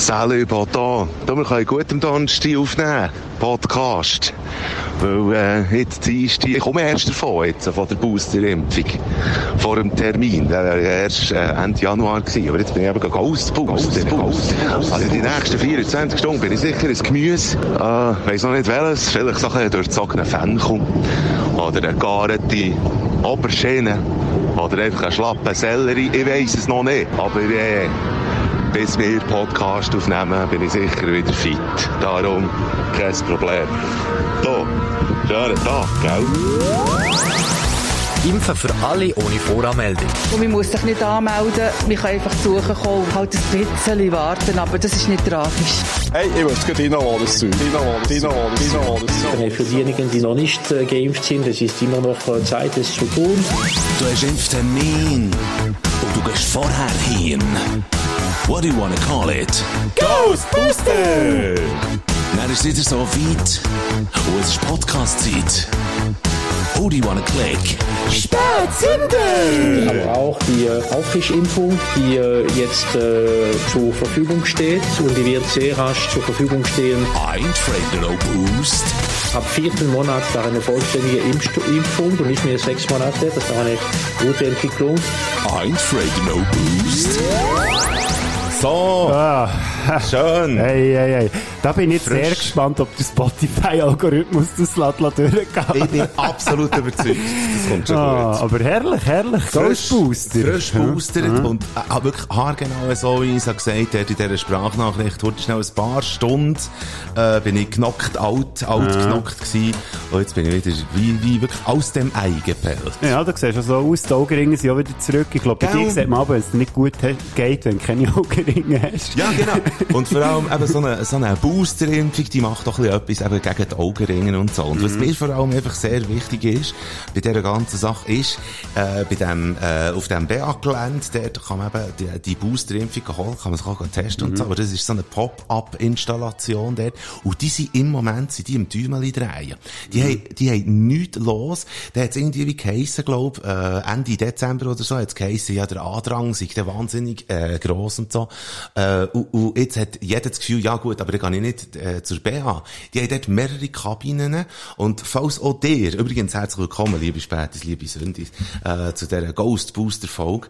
Salut, Boto. Wir können gut am Donnerstag aufnehmen. Podcast. Weil, jetzt Dienstag, ich komme erst davon, jetzt, von der Boosterimpfung. Vor dem Termin. Der war erst Ende Januar gewesen. Aber jetzt bin ich eben Ghost-Booster. Also die nächsten 24 Stunden bin ich sicher ins Gemüse. Weiss noch nicht welches. Vielleicht so ein durchzogenen Fenchel. Oder eine garete Oberschiene. Oder einfach ein schlappen Sellerie. Ich weiss es noch nicht. Aber, bis wir Podcast aufnehmen, bin ich sicher wieder fit. Darum kein Problem. So, schönen Tag, gell? Impfen für alle ohne Voranmeldung. Und man muss sich nicht anmelden, man kann einfach suchen kommen und halt ein bisschen warten, aber das ist nicht tragisch. Hey, ich muss gerade reinholen, das Zeug. Für diejenigen, die noch nicht geimpft sind, es ist immer noch Zeit, es zu tun. Du hast Impftermin und du gehst vorher hin. What do you wanna call it? Ghostbooster! Dann ist es wieder so weit und es ist Podcast-Zeit. Who do you wanna click? Spätzünder! Aber auch die Auffrischimpfung, die jetzt zur Verfügung steht und die wird sehr rasch zur Verfügung stehen. I'm afraid no boost. Ab 4. Monat war eine vollständige Impfung und nicht mehr 6 Monate. Das war eine gute Entwicklung. I'm afraid no boost. So, schön. Hey. Da bin ich jetzt sehr gespannt, ob der Spotify-Algorithmus das durchgeht. Ich bin absolut überzeugt. Das kommt schon gut. Aber herrlich. Ghostbooster. Frisch boostert und wirklich haargenau so, wie ich es gesagt habe in dieser Sprachnachricht. Heute schnell ein paar Stunden bin ich alt genockt gewesen. Und jetzt bin ich wieder wie wirklich aus dem Ei gepellt. Ja, du siehst so aus, die Augenringe sind auch wieder zurück. Ich glaube, bei dir sieht man aber, wenn es dir nicht gut geht, wenn du keine Augenringe hast. Ja, genau. Und vor allem eben so eine Boosterimpfung, die macht doch etwas eben gegen die Augenringe und so. Und was mir vor allem einfach sehr wichtig ist, bei dieser ganzen Sache ist, auf dem BA-Gelände, dort kann man eben die Boosterimpfung holen, kann man sich auch testen und so. Aber das ist so eine Pop-up-Installation dort. Und die sind im Moment, im Däumeli drehen. Die haben nichts los. Da hat es irgendwie wie geheissen, glaub, Ende Dezember oder so, hat es geheissen, ja, der Andrang sei der wahnsinnig, gross und so. Und jetzt hat jeder das Gefühl, ja gut, aber dann gehe ich nicht zur BA. Die haben dort mehrere Kabinen und falls auch dir, übrigens herzlich willkommen, liebe Spätis, liebe Sündis, zu dieser Ghost Booster Folge,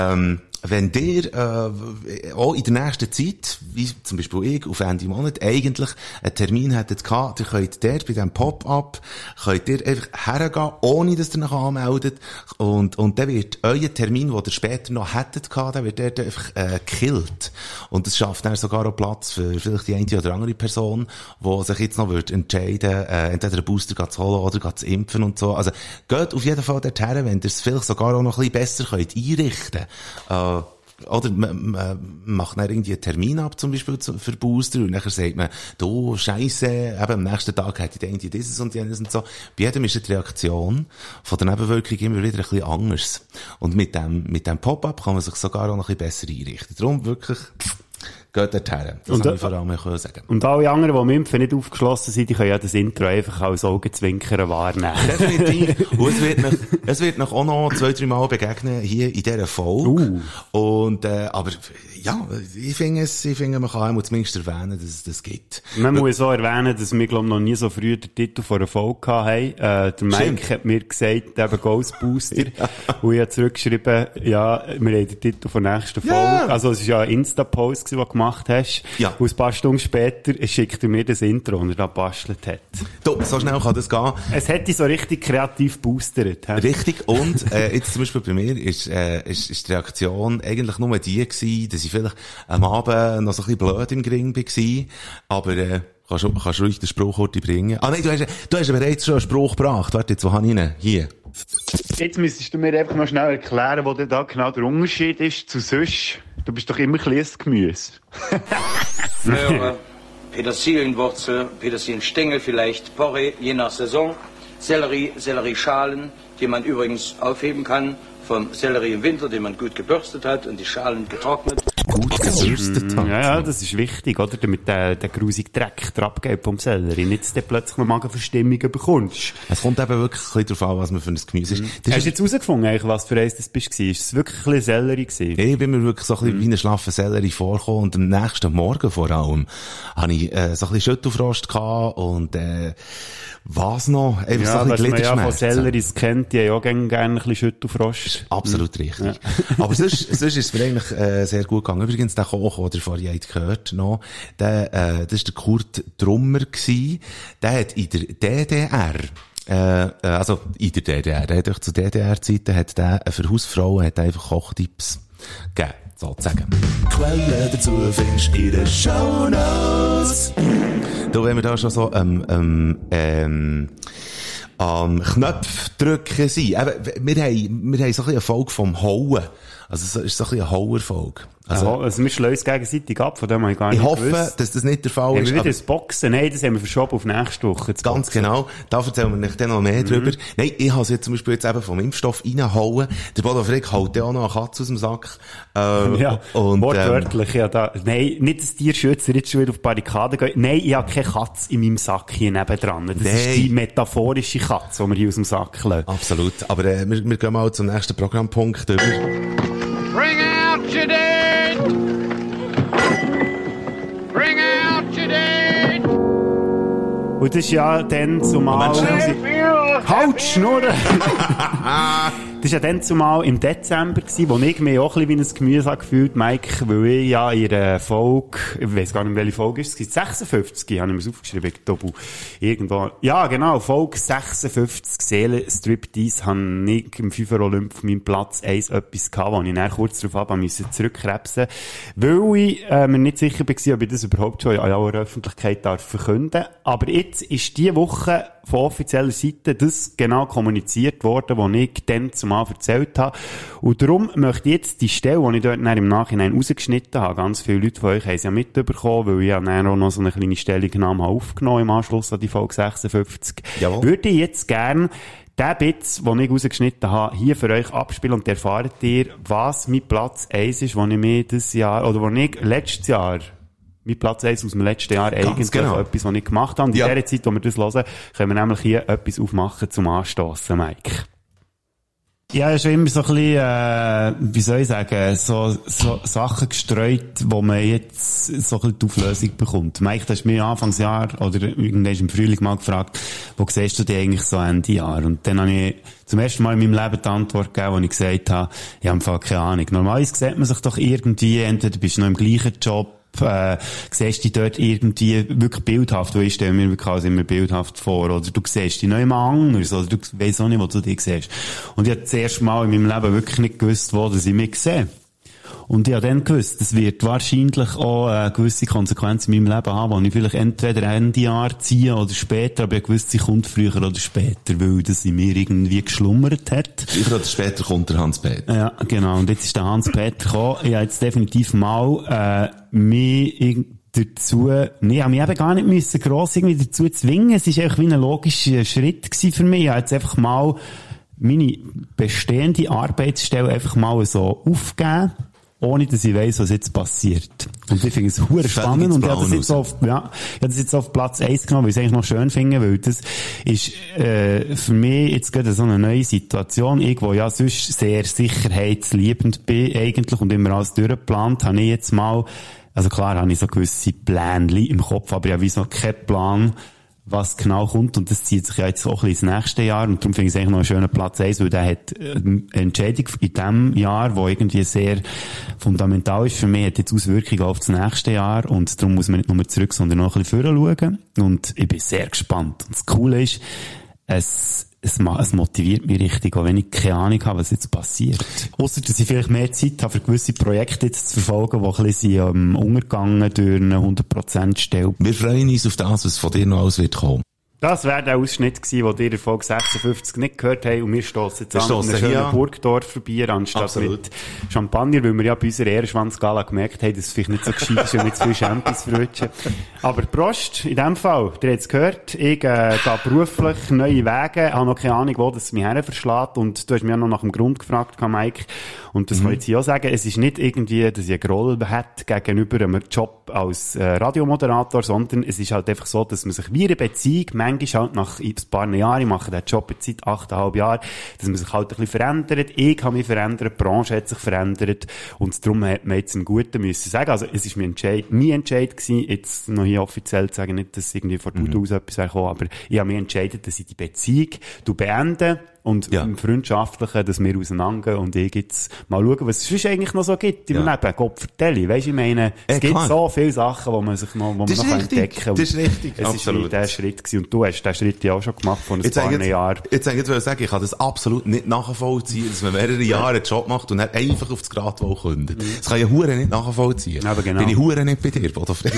wenn dir auch in der nächsten Zeit, wie zum Beispiel ich, auf Ende Monat, eigentlich einen Termin hättet gehabt, ihr könnt dort bei diesem Pop-up, könnt ihr einfach hergehen, ohne dass ihr euch anmeldet, und dann wird euer Termin, den ihr später noch hättet gehabt, der wird dort einfach gekillt. Und das schafft dann sogar auch Platz für vielleicht die eine oder andere Person, die sich jetzt noch entscheiden würde, entweder einen Booster zu holen oder zu impfen und so. Also geht auf jeden Fall dorthin, wenn ihr es vielleicht sogar auch noch ein bisschen besser könnt einrichten könnt. Oder man macht dann irgendwie einen Termin ab, zum Beispiel für Booster, und nachher sagt man, du, Scheisse, eben am nächsten Tag hätte ich irgendwie dieses und jenes und so. Bei jedem ist die Reaktion von der Nebenwirkung immer wieder ein bisschen anders. Und mit dem Pop-up kann man sich sogar auch noch ein bisschen besser einrichten. Darum wirklich, geht dorthin. Das kann ich vor allem sagen. Und alle anderen, die im Impfen nicht aufgeschlossen sind, die können ja das Intro einfach als Augenzwinkern wahrnehmen. Definitiv. Und es wird noch auch noch 2-3 Mal begegnen, hier in dieser Folge. Und, aber, ja, ich finde, man kann auch zumindest erwähnen, dass es das gibt. Man muss auch erwähnen, dass wir, glaube ich, noch nie so früh den Titel von einer Folge hatten. Der Mike hat mir gesagt, eben Ghostbooster. Ja. Und ich habe zurückgeschrieben, ja, wir haben den Titel von der nächsten Folge. Ja. Also, es war ja ein Insta-Post, den du gemacht hast. Ja. Und ein paar Stunden später schickt er mir das Intro, das er da gebastelt hat. Du, so schnell kann das gehen. Es hätte so richtig kreativ boostert. Richtig. Und, jetzt zum Beispiel bei mir ist die Reaktion eigentlich nur die gewesen, dass ich vielleicht am Abend noch so ein bisschen blöd im Gring war. Aber, kannst ruhig den Spruch heute bringen. Ah nein, du hast bereits schon einen Spruch gebracht. Warte, jetzt, wo habe ich ihn? Hier. Jetzt müsstest du mir einfach noch schnell erklären, wo da genau der Unterschied ist zu sonst. Du bist doch immer kleines Gemüse. Möhre, Petersilienwurzel, Petersilienstängel vielleicht, Porree, je nach Saison, Sellerieschalen, die man übrigens aufheben kann vom Sellerie im Winter, den man gut gebürstet hat und die Schalen getrocknet. gut gebürstet hat. Ja, das ist wichtig, oder? Damit der grusige Dreck der abgeht vom Sellerie. Nicht, dass du plötzlich noch Magenverstimmungen bekommst. Es kommt eben wirklich ein bisschen darauf an, was man für ein Gemüse ist. Hast du jetzt herausgefunden, eigentlich, was für eins das bist? Ist es wirklich ein bisschen Sellerie gewesen? Ich bin mir wirklich so ein bisschen wie ein schlaffer Sellerie vorgekommen und am nächsten Morgen vor allem habe ich so ein bisschen Schüttelfrost gehabt und was noch? Einfach so ein bisschen Gliederschmerzen. Ja, man ja von Selleries kennt, die ja auch gerne ein bisschen Schüttelfrost. Absolut richtig. Ja. Aber sonst ist es mir eigentlich sehr gut gegangen. Übrigens, der Koch, den ihr vorhin gehört noch, das ist der Kurt Trummer gewesen. Der hat in der DDR, also in der DDR, der hat zu DDR-Zeiten, hat der für Hausfrauen hat einfach Kochtipps gegeben, sozusagen. Quellen dazu findest du in den Shownotes. Da, wenn wir da schon so am Knopf drücken sind. Wir haben so ein bisschen eine Folge vom Hauen. Also es ist so ein bisschen eine Hauerfolge. Also wir schlagen uns gegenseitig ab, von dem habe ich gar nicht gewusst. Ich hoffe, dass das nicht der Fall ist. Haben wir wieder das Boxen? Nein, das haben wir verschoben auf nächste Woche. Ganz genau. Da erzählen wir nicht dann noch mehr drüber. Nein, ich habe es jetzt zum Beispiel jetzt eben vom Impfstoff reinhauen. Der Bodo Frick haut ja auch noch eine Katze aus dem Sack. Ja, und, wortwörtlich, ja. Nein, nicht, dass Tierschützer jetzt schon wieder auf die Barrikaden gehen. Nein, ich habe keine Katze in meinem Sack hier nebendran. Das ist die metaphorische Katze, die wir hier aus dem Sack lassen. Absolut. Aber wir gehen mal zum nächsten Programmpunkt über. Bring out your dead! Bring out your dead! Und das ist ja dann zumal... Halt, Schnurren! Das war ja dann zumal im Dezember gewesen, wo ich mich auch ein bisschen wie ein Gemüse gefühlt, Mike, weil ich ja in der Folge, ich weiss gar nicht, welche Folge ist es, 56, habe ich mir das aufgeschrieben, Tobu. Irgendwo. Ja, genau, Folge 56, Seelenstriptease, habe ich im 5er Olymp auf meinem Platz 1 etwas gehabt, wo ich dann kurz darauf zurückkrebsen weil ich mir nicht sicher war, ob ich das überhaupt schon in aller Öffentlichkeit verkünden darf. Aber jetzt ist diese Woche von offizieller Seite das genau kommuniziert worden, was ich dann zumal erzählt habe. Und darum möchte ich jetzt die Stelle, die ich dort im Nachhinein rausgeschnitten habe, ganz viele Leute von euch haben es ja mitbekommen, weil ich ja dann auch noch so eine kleine Stellungnahme aufgenommen im Anschluss an die Folge 56. Jawohl. Würde ich jetzt gerne den Bits, den ich rausgeschnitten habe, hier für euch abspielen und erfahrt ihr, was mein Platz 1 ist, wo ich mir das Jahr, oder wo ich letztes Jahr mein Platz 1 aus dem letzten Jahr ganz eigentlich genau. Etwas, was ich gemacht habe. Und in der Zeit, wo wir das hören, können wir nämlich hier etwas aufmachen zum Anstossen, Mike. Ja, ich habe schon immer so ein bisschen, wie soll ich sagen, so Sachen gestreut, wo man jetzt so ein bisschen die Auflösung bekommt. Mike, du hast mich Anfangsjahr oder irgendwann im Frühling mal gefragt, wo siehst du dich eigentlich so Ende Jahr? Und dann habe ich zum ersten Mal in meinem Leben die Antwort gegeben, wo ich gesagt habe, ich habe einfach keine Ahnung. Normalerweise sieht man sich doch irgendwie, entweder bist du noch im gleichen Job, siehst dich dort irgendwie wirklich bildhaft, weil ich stelle mir wirklich alles immer bildhaft vor, oder du siehst dich noch immer anders, oder du weiss auch nicht, wo du dich siehst. Und ich habe das erste Mal in meinem Leben wirklich nicht gewusst, wo ich mich sehe. Und ich habe dann gewusst, es wird wahrscheinlich auch eine gewisse Konsequenz in meinem Leben haben, wo ich vielleicht entweder Ende Jahr ziehe oder später, aber ich gewusst, sie kommt früher oder später, weil das in mir irgendwie geschlummert hat. Früher oder später kommt der Hans-Peter. Ja, genau. Und jetzt ist der Hans-Peter gekommen. Ich habe jetzt definitiv mal mich dazu, nee, ich habe mich eben gar nicht müssen gross irgendwie dazu zwingen. Es war einfach wie ein logischer Schritt gewesen für mich. Ich habe jetzt einfach mal meine bestehende Arbeitsstelle einfach mal so aufgegeben, ohne dass ich weiss, was jetzt passiert. Und ich finde es verdammt spannend und ich habe das jetzt auf Platz 1 genommen, weil ich es eigentlich noch schön finde, weil das ist für mich jetzt gerade so eine neue Situation. Ich, wo ja sonst sehr sicherheitsliebend bin eigentlich und immer alles durchgeplant, habe ich jetzt mal, also klar habe ich so gewisse Pläne im Kopf, aber ich habe wie so keinen Plan, was genau kommt, und das zieht sich ja jetzt auch ein bisschen ins nächste Jahr, und darum finde ich es eigentlich noch einen schönen Platz 1, weil der hat eine Entscheidung in diesem Jahr, wo irgendwie sehr fundamental ist für mich, hat jetzt Auswirkungen auf das nächste Jahr, und darum muss man nicht nur zurück, sondern noch ein bisschen vorher schauen, und ich bin sehr gespannt. Und das Coole ist, es motiviert mich richtig, auch wenn ich keine Ahnung habe, was jetzt passiert. Ausser, dass ich vielleicht mehr Zeit habe, für gewisse Projekte jetzt zu verfolgen, die ein bisschen untergegangen durch eine 100% Stelle. Wir freuen uns auf das, was von dir noch alles wird kommen. Das wäre der Ausschnitt gewesen, den ihr in Folge 56 nicht gehört habt. Und wir stossen jetzt an einem schönen Burgdorfer Bier anstatt mit Champagner, weil wir ja bei unserer Ehrenschwanzgala gemerkt haben, dass es vielleicht nicht so gescheit ist, wenn wir zu viel Champis verrutschen. Aber Prost, in dem Fall, ihr habt es gehört, ich gehe beruflich neue Wege, habe noch keine Ahnung, wo das mich her verschlägt. Und du hast mich ja noch nach dem Grund gefragt, Mike. Und das wollte ich jetzt auch sagen, es ist nicht irgendwie, dass ich einen Groll hätte gegenüber einem Job als Radiomoderator, sondern es ist halt einfach so, dass man sich wie eine Beziehung manchmal halt nach ein paar Jahren, ich mache diesen Job jetzt seit 8,5 Jahren, dass man sich halt ein bisschen verändert. Ich habe mich verändert, die Branche hat sich verändert und darum hat man jetzt einen Guten müssen sagen. Also es ist mein Entscheid gewesen, jetzt noch hier offiziell zu sagen, nicht, dass irgendwie von Tut aus etwas wäre gekommen, aber ich habe mich entschieden, dass ich die Beziehung beende. Und im Freundschaftlichen, dass wir auseinandergehen und ich jetzt mal schauen, was es sonst eigentlich noch so gibt im Leben. Gott vertelle. Weisst du, ich meine, es gibt so viele Sachen, wo man sich noch, entdecken kann. Das ist richtig. Es ist der Schritt gewesen. Und du hast den Schritt ja auch schon gemacht vor ein paar Jahren. Jetzt wollte ich sagen, ich kann das absolut nicht nachvollziehen, dass man mehrere Jahre einen Job macht und dann einfach auf das Gradwohl kündet. Das kann ich Hure nicht nachvollziehen. Aber genau. Bin ich Hure nicht bei dir, Bodo Frey.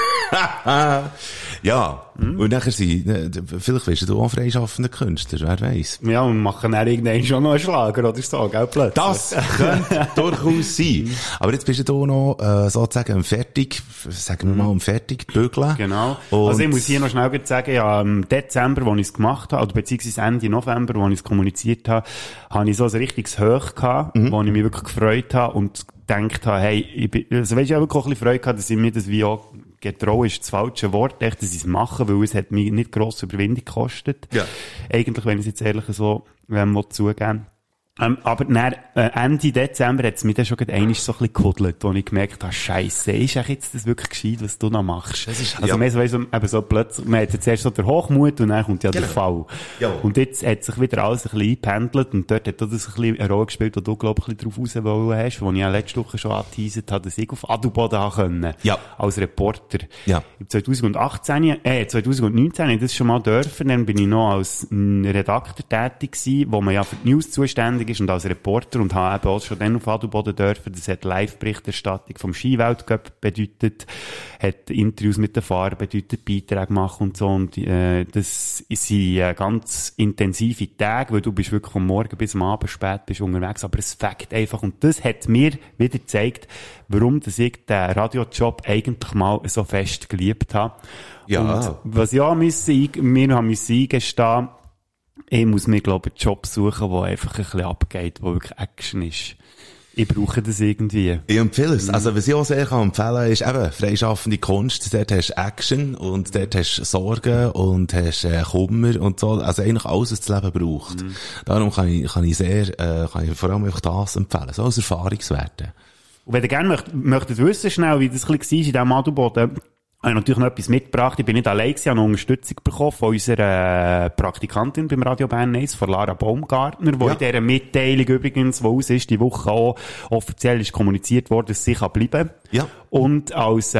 Ja. Und nachher vielleicht wirst du auch freischaffender Künstler, wer weiss. Ja, und machen dann irgendwann schon noch einen Schlager oder so, gell, plötzlich. Das könnte durchaus sein. Aber jetzt bist du noch, sozusagen fertig, sagen wir mal, fertig bügeln. Genau. Und also ich muss hier noch schnell sagen, ja, im Dezember, wo ich es gemacht habe, oder beziehungsweise Ende November, wo ich es kommuniziert habe, habe ich so ein richtiges Hoch gehabt, wo ich mich wirklich gefreut habe und gedacht habe, hey, also weißt du, ich habe wirklich auch ein bisschen Freude gehabt, dass ich mir das wie auch getrauen ist das falsche Wort, echt, dass ich es mache, weil es hat mich nicht grosse Überwindung gekostet. Ja. Eigentlich, wenn ich es jetzt ehrlich so zugeben. Aber dann, Ende Dezember hat es mich dann schon einmal so ein bisschen gekuddelt, wo ich gemerkt habe, Scheisse, ist eigentlich jetzt das wirklich gescheit, was du noch machst? Das ist, also, man weiss, so plötzlich, man hat jetzt erst so der Hochmut und dann kommt ja der Fall. Ja. Und jetzt hat sich wieder alles ein bisschen eingependelt und dort hat das ein bisschen eine Rolle gespielt, wo du, glaube ich, ein bisschen drauf raus wollen hast, wo ich ja letzte Woche schon angeteasert habe, dass ich auf Adelboden haben können. Ja. Als Reporter. Ja. 2019 habe ich das schon mal dürfen, dann bin ich noch als Redakteur tätig gewesen, wo man ja für die News zuständig ist und als Reporter und habe eben auch schon dann auf Adelboden dürfen. Das hat Live-Berichterstattung vom Skiweltcup bedeutet, hat Interviews mit den Fahrern bedeutet, Beiträge machen und so. Und das sind ganz intensive Tage, weil du bist wirklich vom Morgen bis am Abend spät bist unterwegs, aber es fängt einfach. Und das hat mir wieder gezeigt, warum dass ich den Radiojob eigentlich mal so fest geliebt habe. Ja. Und was ich auch mir eingestehen, ich muss mir, glaube ich, einen Job suchen, der einfach ein bisschen abgeht, wo wirklich Action ist. Ich brauche das irgendwie. Ich empfehle es. Also, was ich auch sehr empfehlen kann, ist eben freischaffende Kunst. Dort hast du Action und dort hast du Sorgen und hast Kummer und so. Also eigentlich alles, was das Leben braucht. Darum kann ich vor allem einfach das empfehlen. So als Erfahrungswerte. Und wenn ihr gerne möchtet wissen, schnell, wie das ein bisschen war in diesem Adelboden, habe ich natürlich noch etwas mitgebracht. Ich bin nicht allein gewesen, ich habe noch Unterstützung bekommen von unserer Praktikantin beim Radio Bern 1, von Lara Baumgartner, die in dieser Mitteilung übrigens, die aus ist, die Woche auch offiziell ist kommuniziert worden, dass sie bleiben kann. Ja. Und als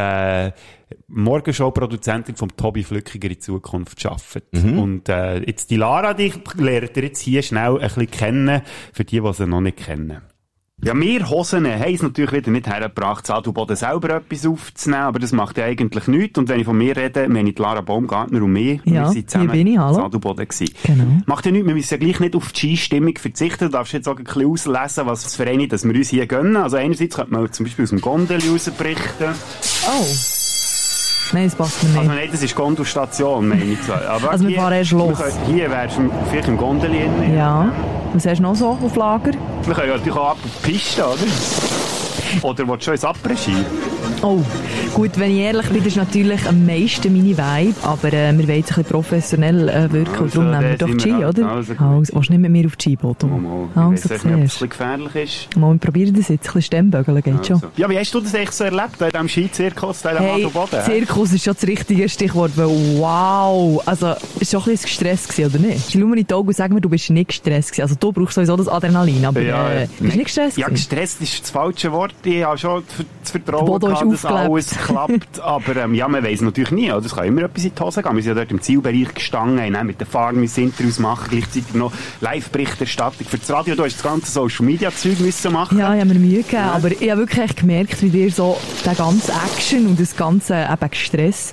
Morgenshow-Produzentin vom Tobi Flückiger in Zukunft arbeitet. Und jetzt die Lara, die lernt ihr jetzt hier schnell ein bisschen kennen, für die sie noch nicht kennen. Ja, wir Hosen haben es natürlich wieder nicht hergebracht, das Adelboden selber etwas aufzunehmen, aber das macht ja eigentlich nichts. Und wenn ich von mir rede, meine ich Lara Baumgartner und mir, wir sind zusammen im Adelboden gewesen. Genau. Macht ja nichts, wir müssen ja gleich nicht auf die Skistimmung verzichten. Du darfst jetzt auch ein bisschen auslesen, was für eine, dass wir uns hier gönnen. Also einerseits könnte man zum Beispiel aus dem Gondeli rausberichten. Oh. Nein, das passt mir nicht. Also nein, das ist Gondelstation, meine ich. Aber also wir fahren erst los. Hier wärst du vielleicht im Gondeli drin. Ja. Was hast du noch so auf Lager? Wir können ja natürlich auch ab auf die Piste, oder? Oder willst du schon ins Après-Ski? Oh, gut, wenn ich ehrlich bin, das ist natürlich am meisten meine Vibe, aber wir wollen jetzt ein bisschen professionell wirken und darum nehmen wir doch die Ski, oder? Also, willst du nicht mit mir auf die Ski, Bodo? Also, ich weiß nicht, ob es ein bisschen gefährlich ist. Mal, wir probieren das jetzt, ein bisschen Stemmbögeln, geht schon. Ja, wie hast du das eigentlich so erlebt, in diesem Skizirkus, in diesem Adelboden? Zirkus ist schon das richtige Stichwort, weil wow, also, es war schon ein bisschen gestresst gewesen, oder nicht? Schau mir in die Augen und sag mir, du bist nicht gestresst gewesen. Also, du brauchst sowieso das Adrenalin, aber bist du nicht gestresst? Ja, gestresst ist das falsche Wort. Ich habe schon das Vertrauen gehabt, dass alles klappt. Aber ja, man weiss natürlich nie. Oder? Es kann immer etwas in die Hose gehen. Wir sind ja dort im Zielbereich gestanden, haben mit den Fahrern Interviews machen, gleichzeitig noch Live-Berichterstattung für das Radio. Du hast das ganze Social-Media-Zeug müssen machen. Ja, ich habe mir Mühe gegeben. Aber ich habe wirklich gemerkt, wie dir so der ganze Action und das ganze eben Stress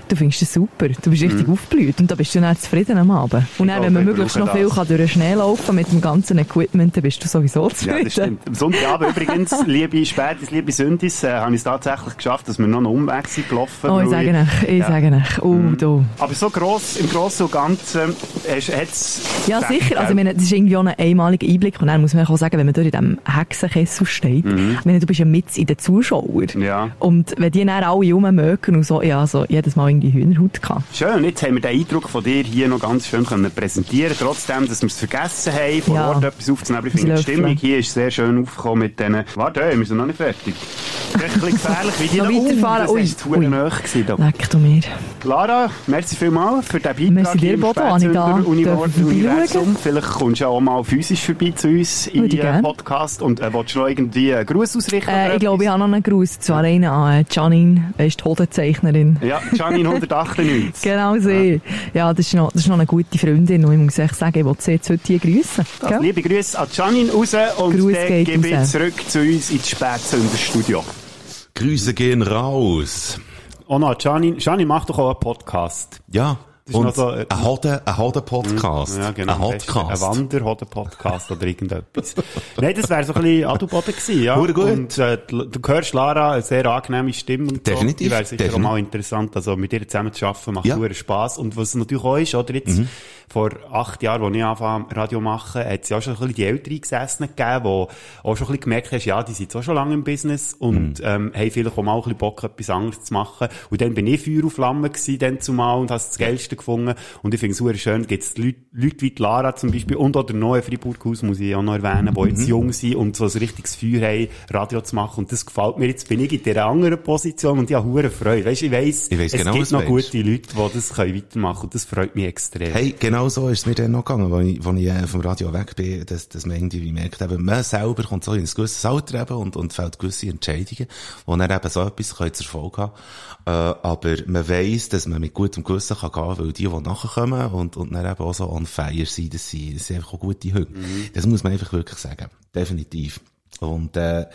du findest es super. Du bist richtig aufgeblüht und da bist du dann zufrieden am Abend. Und dann, wenn man möglichst noch viel kann durch den Schnee laufen mit dem ganzen Equipment, dann bist du sowieso zufrieden. Ja, das stimmt. Am Sonntagabend übrigens, liebe Spätis, liebe Sündis, habe ich es tatsächlich geschafft, dass wir noch einen Umweg sind gelaufen. Oh, ich sage euch. Du. Aber so gross, im Großen und Ganzen, hat's... Ja, sicher. Also, ich meine, das ist irgendwie auch ein einmaliger Einblick. Und dann muss man auch sagen, wenn man dort in diesem Hexenkessel steht, ich meine, du bist ja mit in den Zuschauern. Ja. Und wenn die dann alle rummögen und so, ja, so jedes Mal irgendwie Hühnerhaut gehabt. Schön, jetzt haben wir den Eindruck von dir hier noch ganz schön können präsentieren, trotzdem, dass wir es vergessen haben, vor Ort etwas aufzunehmen. Aber ich finde, die Stimmung hier ist sehr schön aufgekommen mit diesen... Warte, wir sind noch nicht fertig. Das ist ein bisschen gefährlich, wie die weiterfahren. Das ist zu nahe gewesen. Leck du mir. Lara, merci vielmals für den Beitrag. Merci dir, Bodo, an ich da Universum. Vielleicht kommst du auch mal physisch vorbei zu uns in den Podcast und willst du noch irgendwie einen Gruß ausrichten? Ich glaube, ich habe noch einen Gruß. Zwar einen an Janine, die Hodenzeichnerin. Ja, Janine 198. Genau sie. Ja, das ist noch eine gute Freundin und ich muss echt sagen, ich will sie jetzt heute hier grüssen. Also, liebe Grüße an Janine raus und dann gebe ich zurück zu uns ins Spätsünderstudio. Grüße gehen raus. Oh no, Janine macht doch auch einen Podcast. Ja. Und so, ein Hoden-Podcast. Ja, genau. Ein Hodcast. Ein Wander-Hoden-Podcast oder irgendetwas. Nein, das wäre so ein bisschen Adelboden gewesen, ja. Gut. Und du hörst, Lara, eine sehr angenehme Stimme und definitiv. So. Die wäre sicher auch mal interessant. Also mit ihr zusammen zu arbeiten, macht sehr Spass. Und was natürlich auch ist, oder jetzt, vor 8 Jahren, als ich angefangen Radio machen, hat es ja auch schon ein bisschen die Älteren Gesessenen gegeben, die auch schon ein bisschen gemerkt hast, ja, die sind auch schon lange im Business und haben vielleicht auch mal ein bisschen Bock, etwas anderes zu machen. Und dann bin ich Feuer und Flamme gewesen, dann zumal, und habe das Geilste gefunden. Und ich finde es super schön, gibt es Leute wie die Lara zum Beispiel und oder Neue Fribourghaus, muss ich auch noch erwähnen, die jetzt jung sind und so ein richtiges Feuer haben, Radio zu machen. Und das gefällt mir. Jetzt bin ich in dieser anderen Position und ich habe hure Freude. Weißt, ich weiss es genau, gibt noch gute Leute, die das weitermachen können und das freut mich extrem. Hey, genau so ist es mir dann noch gegangen, als ich vom Radio weg bin, dass man irgendwie merkt, eben, man selber kommt so in ein gewisses Alter eben und fällt gewisse Entscheidungen, wo dann eben so etwas zu Erfolg haben. Aber man weiss, dass man mit gutem Gewissen kann gehen, weil die nachkommen und dann eben auch so on fire sind, das sind einfach auch gute Hunde. Das muss man einfach wirklich sagen. Definitiv. Und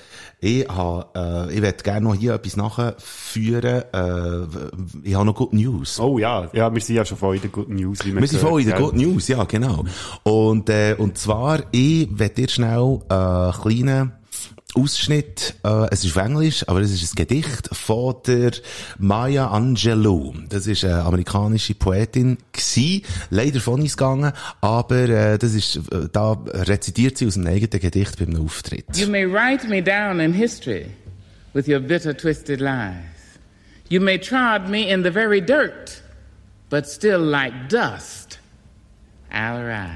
ich möchte gerne noch hier etwas nachführen. Ich habe noch Good News. Oh ja, wir sind ja schon voll in der Good News. Wir sind voll in der Good News, ja, genau. Und zwar, ich möchte dir schnell kleinen Ausschnitt, es ist auf Englisch, aber es ist ein Gedicht von der Maya Angelou. Das ist eine amerikanische Poetin gsi, leider von uns gegangen, aber das ist, da rezitiert sie aus einem eigenen Gedicht beim Auftritt. You may write me down in history with your bitter twisted lies. You may trod me in the very dirt, but still like dust, I'll arise.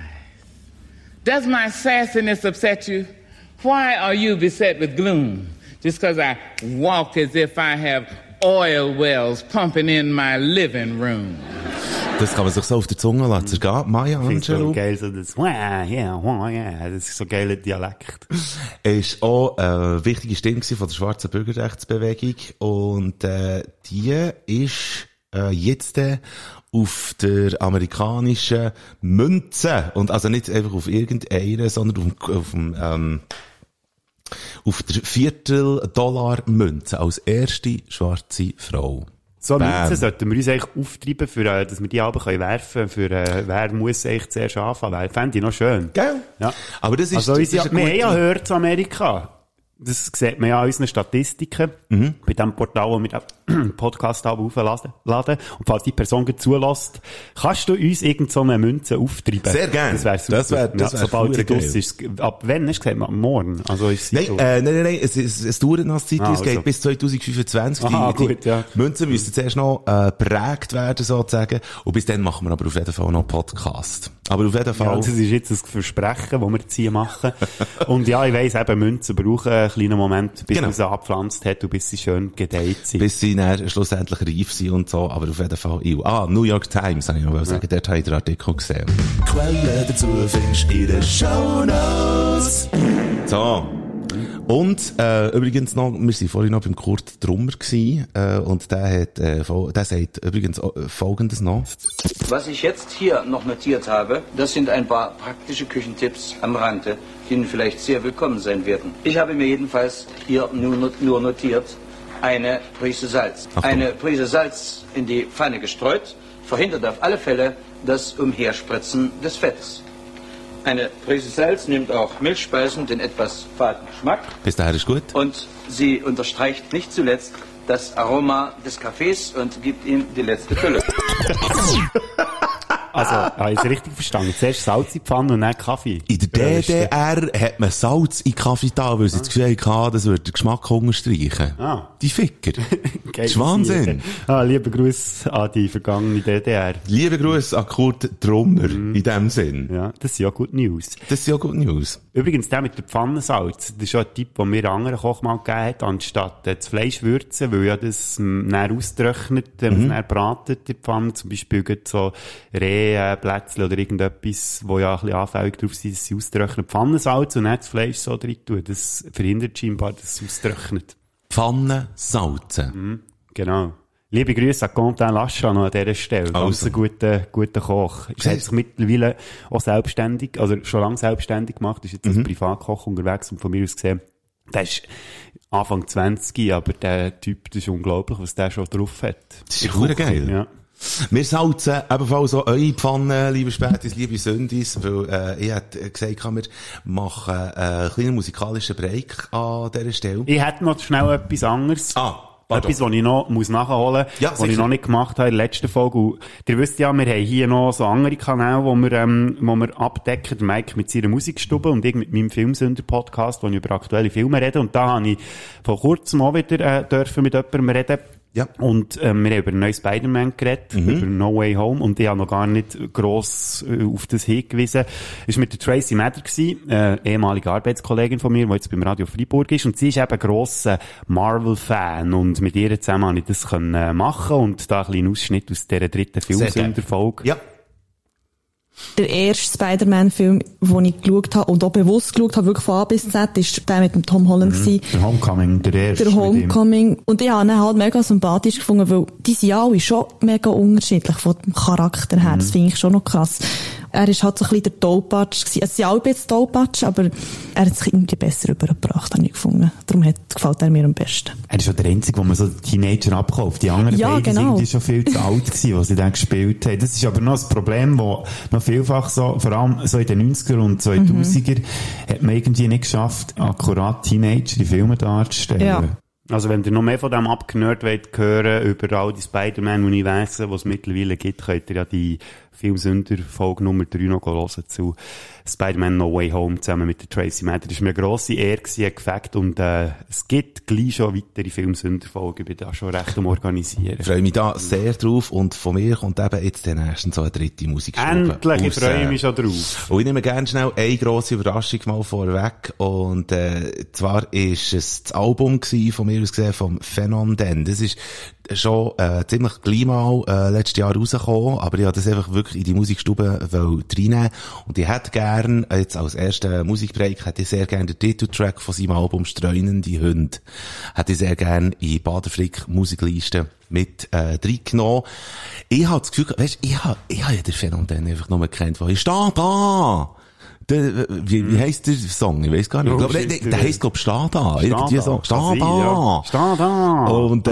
Does my sassiness upset you? Why are you beset with gloom? Just because I walk as if I have oil wells pumping in my living room. Das kann man sich so auf der Zunge lassen. Zergehen. Maya Angelou. So geil, so das, das ist so ein geiler Dialekt. Er ist auch eine wichtige Stimme von der schwarzen Bürgerrechtsbewegung und die ist jetzt auf der amerikanischen Münze und also nicht einfach auf irgendeine, sondern auf der $Viertel-Münze als erste schwarze Frau. So Münzen sollten wir uns eigentlich auftreiben, dass wir die Alben werfen können, wer muss eigentlich zuerst anfangen. Fände ich noch schön. Gell? Ja. Aber das ist, also wir haben ja gehört zu Amerika. Das sieht man ja an unseren Statistiken. Bei dem Portal, wo wir den Podcast aufladen. Und falls die Person zulässt, kannst du uns irgend so eine Münze auftreiben? Sehr gerne. Das wäre super. Das wär sobald sie draus ist. Ab wann? Hast du gesagt, morgen? Also ist nein, nein. Es dauert noch Zeit. Es geht bis 2025. Aha, gut, ja. Die Münzen müssen zuerst noch geprägt werden, sozusagen. Und bis dann machen wir aber auf jeden Fall noch einen Podcast. Aber auf jeden Fall. Ja, das ist jetzt ein Versprechen, das wir jetzt hier machen. Und ja, ich weiss eben, Münzen brauchen einen kleinen Moment, bis man sie abgepflanzt hat und bis sie schön gedeiht sind. Bis sie dann schlussendlich reif sind und so, aber auf jeden Fall New York Times, habe ich noch sagen, dort habe ich den Artikel gesehen. Quellen dazu findest du in den Shownotes. So. Und übrigens noch, wir waren vorhin noch beim Kurt Trummer gewesen, und der sagt übrigens Folgendes noch. Was ich jetzt hier noch notiert habe, das sind ein paar praktische Küchentipps am Rande, die Ihnen vielleicht sehr willkommen sein werden. Ich habe mir jedenfalls hier nur notiert, eine Prise Salz. Eine Prise Salz in die Pfanne gestreut, verhindert auf alle Fälle das Umherspritzen des Fettes. Eine Prise Salz nimmt auch Milchspeisen den etwas faden Geschmack. Bis dahin ist gut. Und sie unterstreicht nicht zuletzt das Aroma des Kaffees und gibt ihm die letzte Fülle. Also, habe ich es richtig verstanden? Zuerst Salz in die Pfanne und dann Kaffee. In der DDR hat man Salz in Kaffee da, weil sie das Gefühl hatten, das würde den Geschmack unterstreichen. Die Ficker. Das ist Wahnsinn. Liebe Grüße an die vergangene DDR. Liebe Grüße an Kurt Trummer, in dem Sinn. Ja, das sind ja Good News. Das sind ja Good News. Übrigens, der mit der Pfannensalz, das ist schon ein Tipp, den mir ein anderer Koch mal gegeben hat, anstatt das Fleisch würzen, weil ja das dann austrocknet, wenn man es dann bratet, die Pfanne, zum Beispiel so Rehplätzchen oder irgendetwas, wo ja ein bisschen anfällig drauf sind, dass sie austrocknen. Pfannensalz und dann das Fleisch so drin tun. Das verhindert scheinbar, dass es austrocknet. Pfannensalzen. Genau. Liebe Grüße an Quentin Lachat noch an dieser Stelle. Ganz ein guter Koch. Er hat sich mittlerweile auch selbstständig, also schon lange selbstständig gemacht, ist jetzt als Privatkoch unterwegs und von mir aus gesehen, der ist Anfang 20, aber der Typ, das ist unglaublich, was der schon drauf hat. Das ist verdammt geil. Ja. Wir salzen ebenfalls auch eure Pfanne, liebe Spätis, liebe Sündis, weil ich hätte gesagt, wir machen einen kleinen musikalischen Break an dieser Stelle. Ich hätte noch schnell etwas anderes. Etwas, was ich noch nachholen muss, was ich noch nicht gemacht habe in der letzten Folge. Und ihr wisst ja, wir haben hier noch so andere Kanäle, wo wir abdecken. Der Mike mit seiner Musikstube und ich mit meinem Filmsünder-Podcast, wo ich über aktuelle Filme rede. Und da habe ich vor kurzem auch wieder dürfen mit jemandem reden. Ja. Und wir haben über einen neuen Spider-Man geredet, über No Way Home, und ich habe noch gar nicht gross auf das hingewiesen. Es war mit der Tracy Mather gewesen, ehemalige Arbeitskollegin von mir, die jetzt beim Radio Freiburg ist, und sie ist eben grosser Marvel-Fan, und mit ihr zusammen konnte ich das machen und da ein kleinen Ausschnitt aus dieser dritten Filmsünder-Folge. Ja. Der erste Spider-Man-Film, den ich geschaut habe und auch bewusst geschaut habe, wirklich von A bis Z, ist der mit dem Tom Holland gewesen. Der Homecoming, der erste. Der Homecoming. Und ich habe ihn halt mega sympathisch gefunden, weil die sind alle schon mega unterschiedlich von dem Charakter her. Das finde ich schon noch krass. Er ist halt so ein bisschen der Tollpatsch gewesen. Es sind alle ein bisschen Tollpatsch, aber er hat sich irgendwie besser übergebracht, habe ich gefunden. Darum gefällt er mir am besten. Er ist schon der Einzige, wo man so Teenager abkauft. Die anderen beiden sind irgendwie schon viel zu alt gewesen, was sie dann gespielt haben. Das ist aber noch ein Problem, wo noch vielfach so, vor allem so in den 90er und 2000er, hat man irgendwie nicht geschafft, akkurat Teenager in Filmen darzustellen. Ja. Also wenn ihr noch mehr von dem abgenörd wollt hören, über all die Spider-Man-Universen, die es mittlerweile gibt, könnt ihr ja die Filmsünder-Folge Nummer 3 noch hören zu Spider-Man No Way Home zusammen mit der Tracy Mather. Das war mir eine grosse Ehre gewesen, gefällt, und es gibt gleich schon weitere Filmsünder-Folgen. Ich bin da schon recht am Organisieren. Ich freue mich da sehr drauf, und von mir kommt eben jetzt den ersten so eine dritte Musikstube. Endlich, ich freue mich schon drauf. Und ich nehme gerne schnell eine grosse Überraschung mal vorweg, und zwar ist es das Album gewesen, von mir aus gesehen, vom Phänomen. Das ist schon ziemlich gleich mal letztes Jahr rausgekommen, aber ich habe das einfach wirklich in die Musikstube reinnehmen, und ich hätte gern, jetzt als ersten Musikbreak, hätte ich sehr gern den Titeltrack von seinem Album Streunende Hunde, hätte ich sehr gern in Baderfrick Musikliste mit reingenommen. Ich habe das Gefühl, weißt, ich habe ja den Phänomen einfach nur gekannt, wo ich stehe da! Wie heisst der Song? Ich weiss gar nicht. Der heisst, glaub ich, Steh da. Irgendwie so. Steh da. Steh da. Und,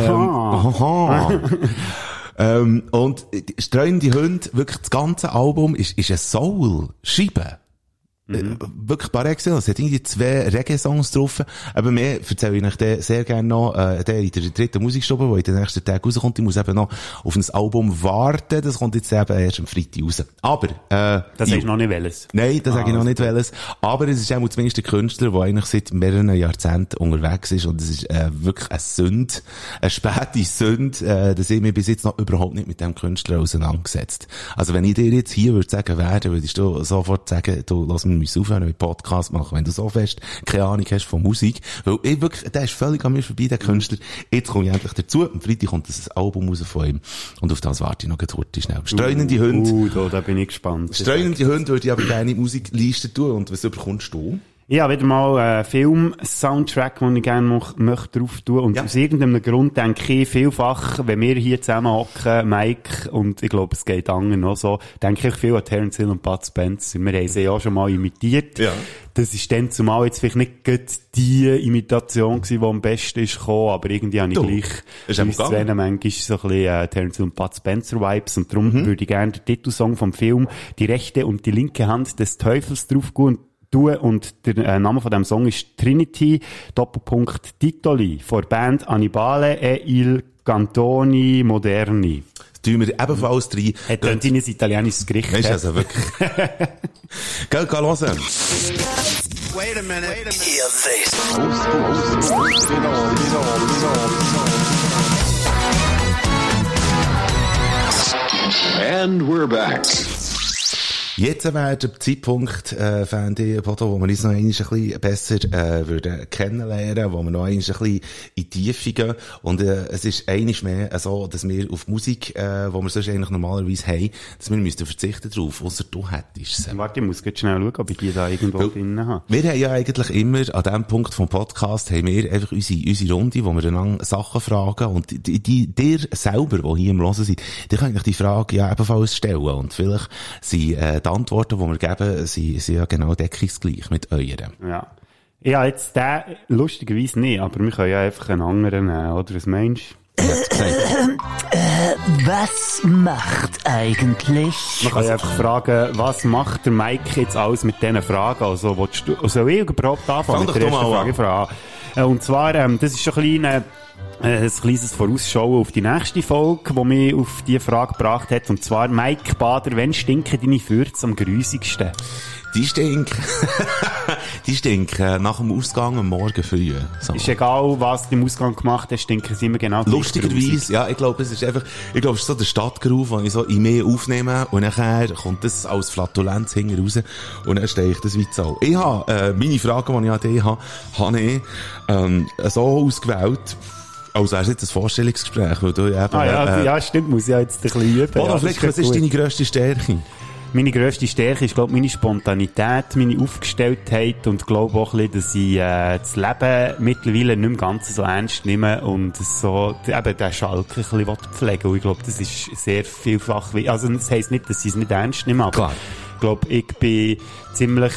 und Streunende Hunde, wirklich das ganze Album ist ein Soul-Scheibe. Wirklich par excellence. Es hat irgendwie 2 Reggae-Songs drauf. Aber mehr erzähle ich euch den sehr gerne noch, der in der dritten Musikstube, wo in den nächsten Tagen rauskommt. Ich muss eben noch auf ein Album warten. Das kommt jetzt eben erst am Freitag raus. Aber, das sagst du noch nicht welches? Nein, das sage ich noch nicht welches. Aber es ist auch zumindest ein Künstler, der eigentlich seit mehreren Jahrzehnten unterwegs ist. Und es ist, wirklich eine Sünde, eine späte Sünde, dass ich mich bis jetzt noch überhaupt nicht mit dem Künstler auseinandergesetzt. Also wenn ich dir jetzt hier würde sagen werde, würdest du sofort sagen, du lass mich aufhören, einen Podcast machen, wenn du so fest keine Ahnung hast von Musik. Weil ich wirklich, der ist völlig an mir vorbei, der Künstler. Jetzt komme ich endlich dazu. Am Freitag kommt das Album raus von ihm. Und auf das warte ich noch kurz schnell. Streunende Hunde. Da bin ich gespannt. Streunende Hunde würde ich aber gerne in die Musikliste tun. Und was bekommst du? Ja, wieder mal einen Film-Soundtrack, den ich gerne möchte drauf tun. Und aus irgendeinem Grund denke ich vielfach, wenn wir hier zusammen hocken, Mike, und ich glaube, es geht anderen noch so, denke ich viel an Terence Hill und Bud Spencer. Wir haben sie ja schon mal imitiert. Ja. Das ist dann zumal jetzt vielleicht nicht gerade die Imitation gewesen, die am besten ist gekommen, aber irgendwie habe ich gleich manchmal so ein bisschen Terence Hill und Bud Spencer Vibes, und darum würde ich gerne den Titelsong vom Film Die rechte und die linke Hand des Teufels drauf tun. Und der Name von dem Song ist Trinity, Doppelpunkt Titoli, von der Band Annibale e il Cantoni Moderni. Das tun wir ebenfalls rein. Hat dann ein italienisches Gericht. Weißt du, also wirklich. Gell, geh hören. Wait a minute. Hear this. And we're back. Jetzt wäre der Zeitpunkt, fände ich, Bodo, wo wir uns noch ein bisschen besser würden kennenlernen, wo wir noch ein bisschen in die Tiefe gehen. Und es ist einiges mehr so, dass wir auf Musik, wo wir sonst eigentlich normalerweise haben, dass wir müssten verzichten drauf, ausser du hättest. Warte, ich muss jetzt schnell schauen, ob ich die da irgendwo drin habe. Wir haben ja eigentlich immer, an diesem Punkt vom Podcast, haben wir einfach unsere Runde, wo wir dann Sachen fragen, und dir selber, die hier im Hören sind, die können die Frage ja ebenfalls stellen, und vielleicht sind die Antworten, die wir geben, sind ja genau deckungsgleich mit euren. Ja. Ja, jetzt den lustigerweise nicht, aber wir können ja einfach einen anderen nehmen, oder? Was meinst du? Was macht eigentlich? Man kann ja einfach fragen, was macht der Mike jetzt alles mit diesen Fragen? Also, soll ich überhaupt anfangen mit der ersten Frage? Und zwar, das ist schon ein kleines Vorausschauen auf die nächste Folge, die mich auf diese Frage gebracht hat. Und zwar, Mike Bader, wann stinken deine Fürze am grusigsten? Die stinken nach dem Ausgang am Morgen früh. So. Ist egal, was du im Ausgang gemacht hast, stinken sie immer genau gleich. Lustigerweise, ja, ich glaube, es ist so der Stadtgeruch, den ich so in mir aufnehme, und nachher kommt das als Flatulenz hinten raus, und dann stehe ich das weit so. Ich habe, meine Frage, die ich an dich habe ich, so ausgewählt, als wäre es jetzt ein Vorstellungsgespräch, weil du eben... ja, stimmt, muss ich ja jetzt ein bisschen üben. Oder vielleicht, was ist deine grösste Stärke? Meine grösste Stärke ist, glaube ich, meine Spontanität, meine Aufgestelltheit, und glaube auch ein bisschen, dass ich das Leben mittlerweile nicht mehr ganz so ernst nehme und so eben den Schalk ein bisschen pflegen. Und ich glaube, das ist sehr vielfach... Also das heisst nicht, dass ich es nicht ernst nehme, aber klar. Ich glaube, ich bin ziemlich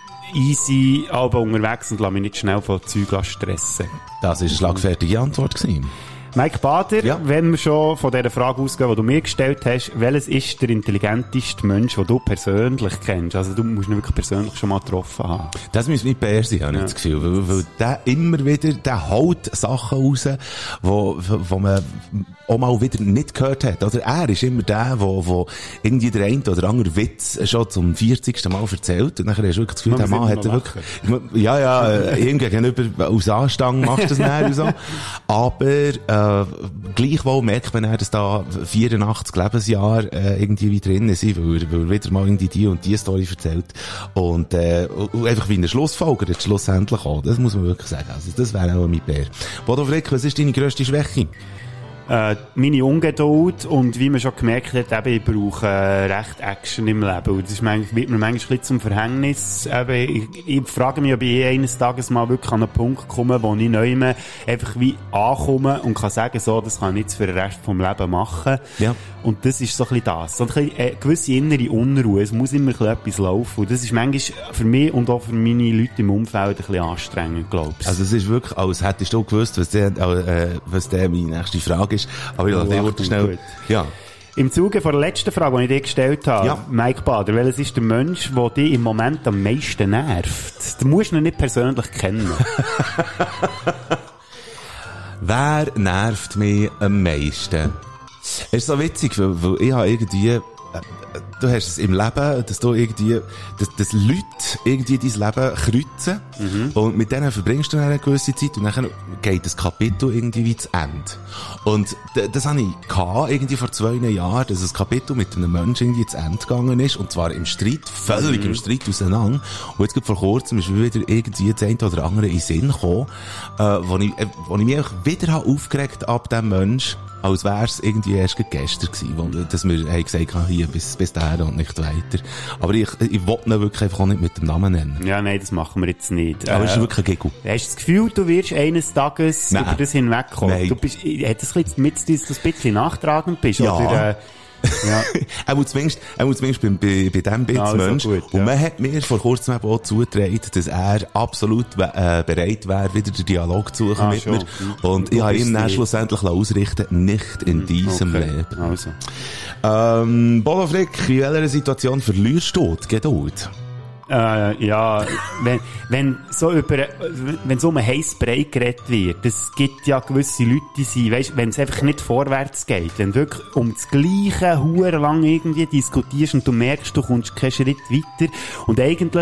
easy aber unterwegs und lasse mich nicht schnell von Zeug stressen. Das war eine schlagfertige Antwort gewesen. Mike Bader, wenn wir schon von dieser Frage ausgehen, die du mir gestellt hast, welches ist der intelligenteste Mensch, den du persönlich kennst? Also du musst ihn wirklich persönlich schon mal getroffen haben. Das muss mit Bär sein, habe ich das Gefühl. Weil der immer wieder, der haut Sachen raus, wo man auch mal wieder nicht gehört hat. Oder er ist immer der, wo irgendwie der eine oder andere Witz schon zum 40. Mal erzählt. Und nachher hast du wirklich das Gefühl, der Mann hat wirklich, irgendwie gegenüber aus Anstand macht das näher und so. Aber, gleichwohl merkt man, dass da 84 Lebensjahre irgendwie wieder drin sind, weil er wieder mal irgendwie die und die Story erzählt. Und einfach wie eine Schlussfolgerung schlussendlich auch. Das muss man wirklich sagen. Also das wäre auch mein Bär. Bodo Frick, was ist deine grösste Schwäche? Meine Ungeduld, und wie man schon gemerkt hat, eben, ich brauche recht Action im Leben. Und das wird mir manchmal ein bisschen zum Verhängnis. Eben, ich frage mich, ob ich eines Tages mal wirklich an einen Punkt komme, wo ich neu einfach wie ankomme und kann sagen, so, das kann ich jetzt für den Rest vom Leben machen. Ja. Und das ist so ein bisschen das. So ein bisschen, gewisse innere Unruhe. Es muss immer etwas laufen. Und das ist manchmal für mich und auch für meine Leute im Umfeld ein bisschen anstrengend, glaube ich. Also es ist wirklich, als hättest du gewusst, was meine nächste Frage ist. Aber ich lasse dich schnell... Ja. Im Zuge von der letzten Frage, die ich dir gestellt habe, Mike Bader, welches ist der Mensch, der dich im Moment am meisten nervt? Du musst ihn nicht persönlich kennen. Wer nervt mich am meisten? Es ist so witzig, weil ich habe irgendwie... Du hast es im Leben, dass du irgendwie, dass Leute irgendwie dein Leben kreuzen, und mit denen verbringst du eine gewisse Zeit, und dann geht das Kapitel irgendwie wie zu Ende. Und das hatte ich irgendwie vor 2 Jahren, dass ein Kapitel mit einem Menschen irgendwie zu Ende gegangen ist, und zwar im Streit, völlig im Streit auseinander. Und jetzt vor kurzem ist wieder irgendwie das eine oder andere in den Sinn gekommen, wo ich mich auch wieder aufgeregt ab dem Mensch, als wär's irgendwie erst gestern gewesen, dass wir haben gesagt haben, hier bis dahin und nicht weiter. Aber ich will ihn wirklich einfach auch nicht mit dem Namen nennen. Ja, nein, das machen wir jetzt nicht. Aber es ist wirklich ein Giggle. Hast du das Gefühl, du wirst eines Tages über das hinwegkommen? Nein. Du bist, hat das mit, dass du ein bisschen nachtragend bist? Ja. Oder, ja. Er muss zumindest bei dem Bits Mensch. Gut, ja. Und man hat mir vor kurzem eben auch zugetragen, dass er absolut bereit wäre, wieder den Dialog zu suchen mit mir. Und ich habe ihm dann schlussendlich ausrichten, nicht in diesem Leben. Also. Bodo Frick, in welcher Situation verlierst du die Geduld? Ja, wenn so um ein Heißbrei geredet wird, es gibt ja gewisse Leute, die sind, weisst, wenn es einfach nicht vorwärts geht, wenn du wirklich um das Gleiche hurenlang irgendwie diskutierst und du merkst, du kommst keinen Schritt weiter und eigentlich,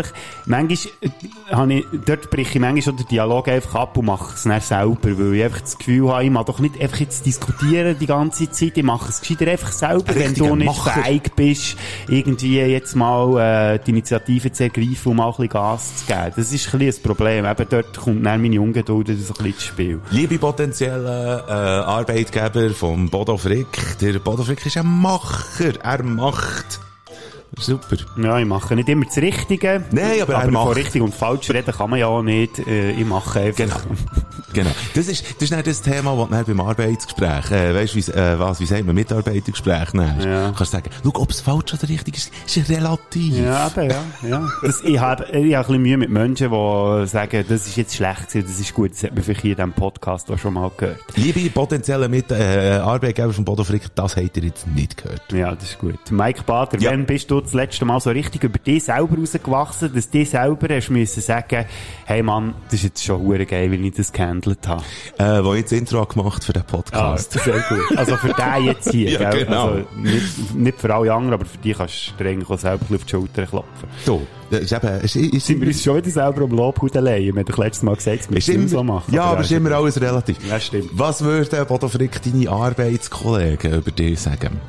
dort breche ich manchmal schon den Dialog einfach ab und mache es dann selber, weil ich einfach das Gefühl habe, ich mag doch nicht einfach jetzt diskutieren die ganze Zeit, ich mache es gescheiter einfach selber, wenn du nicht fähig bist, irgendwie jetzt mal die Initiative zu ergreifen, um mal ein bisschen Gas zu geben. Das ist ein bisschen ein Problem. Eben dort kommt dann meine Ungeduld so ein bisschen ins Spiel. Liebe potenzielle Arbeitgeber vom Bodo Frick, der Bodo Frick ist ein Macher. Er macht. Super. Ja, ich mache nicht immer das Richtige. Nein, aber er macht. Von richtig und falsch reden kann man ja auch nicht. Ich mache einfach. Genau. Das ist nicht das Thema, das du beim Arbeitsgespräch, weißt du, wie sagt man, Mitarbeitergespräch nimmst. Ja. Kannst sagen, schau, ob es falsch oder richtig ist, ist relativ. Ja, aber ja. Ich habe ein bisschen Mühe mit Menschen, die sagen, das ist jetzt schlecht gewesen, das ist gut, das hat man vielleicht hier in diesem Podcast auch schon mal gehört. Liebe potenzielle Arbeitgeber von Bodo Frick, das habt ihr jetzt nicht gehört. Ja, das ist gut. Mike Bader, wann bist du das letzte Mal so richtig über dich selber rausgewachsen, dass du selber hast müssen sagen, hey Mann, das ist jetzt schon hure geil, weil ich das gehandelt habe. Wo ich das Intro gemacht für den Podcast. Ah, sehr gut. Also für den jetzt hier, ja, gell? Genau. Also nicht für alle anderen, aber für dich kannst du eigentlich auch selber auf die Schulter klopfen. So. Sind wir uns schon wieder selber um Lobhudelei? Wir haben doch letztes Mal gesagt, wir müssen so machen. Ja, aber es ist immer alles relativ. Ja, stimmt. Was würde Bodo Frick deine Arbeitskollegen über dich sagen?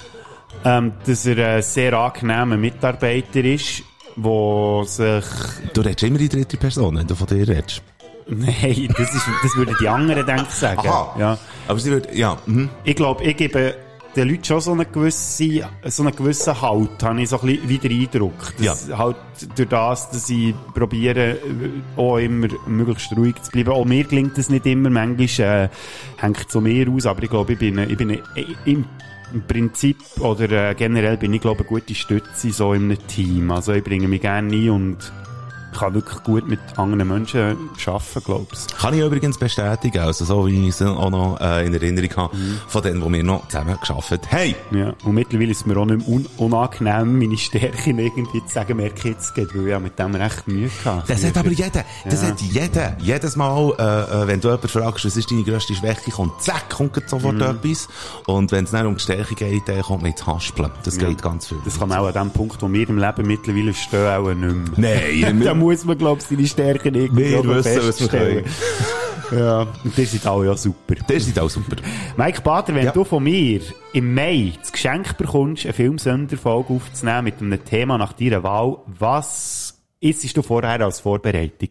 Dass er ein sehr angenehmer Mitarbeiter ist, der sich... Du redest immer in dritter Person, wenn du von dir redest. Nein, das würden die anderen, denke ich, sagen. Aha. Ja. Aber sie würden, ja. Mhm. Ich glaube, ich gebe den Leuten schon so einen gewissen Halt, habe ich so ein bisschen wieder Eindruck. Dass halt durch das, dass ich probiere, auch immer möglichst ruhig zu bleiben. Auch mir gelingt das nicht immer, manchmal hängt es so mehr aus, aber ich glaube, ich bin im Prinzip oder generell bin ich, glaube ich, eine gute Stütze so in einem Team. Also ich bringe mich gerne ein und kann wirklich gut mit anderen Menschen arbeiten, glaube ich. Kann ich übrigens bestätigen, also so wie ich es auch noch in Erinnerung habe, von denen, die wir noch zusammen gearbeitet haben. Ja, und mittlerweile ist es mir auch nicht mehr unangenehm, meine Stärken irgendwie zu sagen, merke ich jetzt geht, weil ich mit dem recht Mühe hatte. Das hat aber jeder. Das hat jeder. Jedes Mal, wenn du jemanden fragst, was ist deine grösste Schwäche, kommt zack, kommt sofort etwas. Und wenn es dann um die Stärke geht, dann kommt man ins Haspeln. Das geht ganz viel. Das kann man auch an dem Punkt, wo wir im Leben mittlerweile stehen, auch nicht mehr. Nein, muss man, glaube ich, seine Stärken irgendwie feststellen. Ja, und die sind alle ja super. Die sind auch super. Mike Bader, wenn du von mir im Mai das Geschenk bekommst, eine Filmsonderfolge aufzunehmen mit einem Thema nach deiner Wahl, was isst du vorher als Vorbereitung?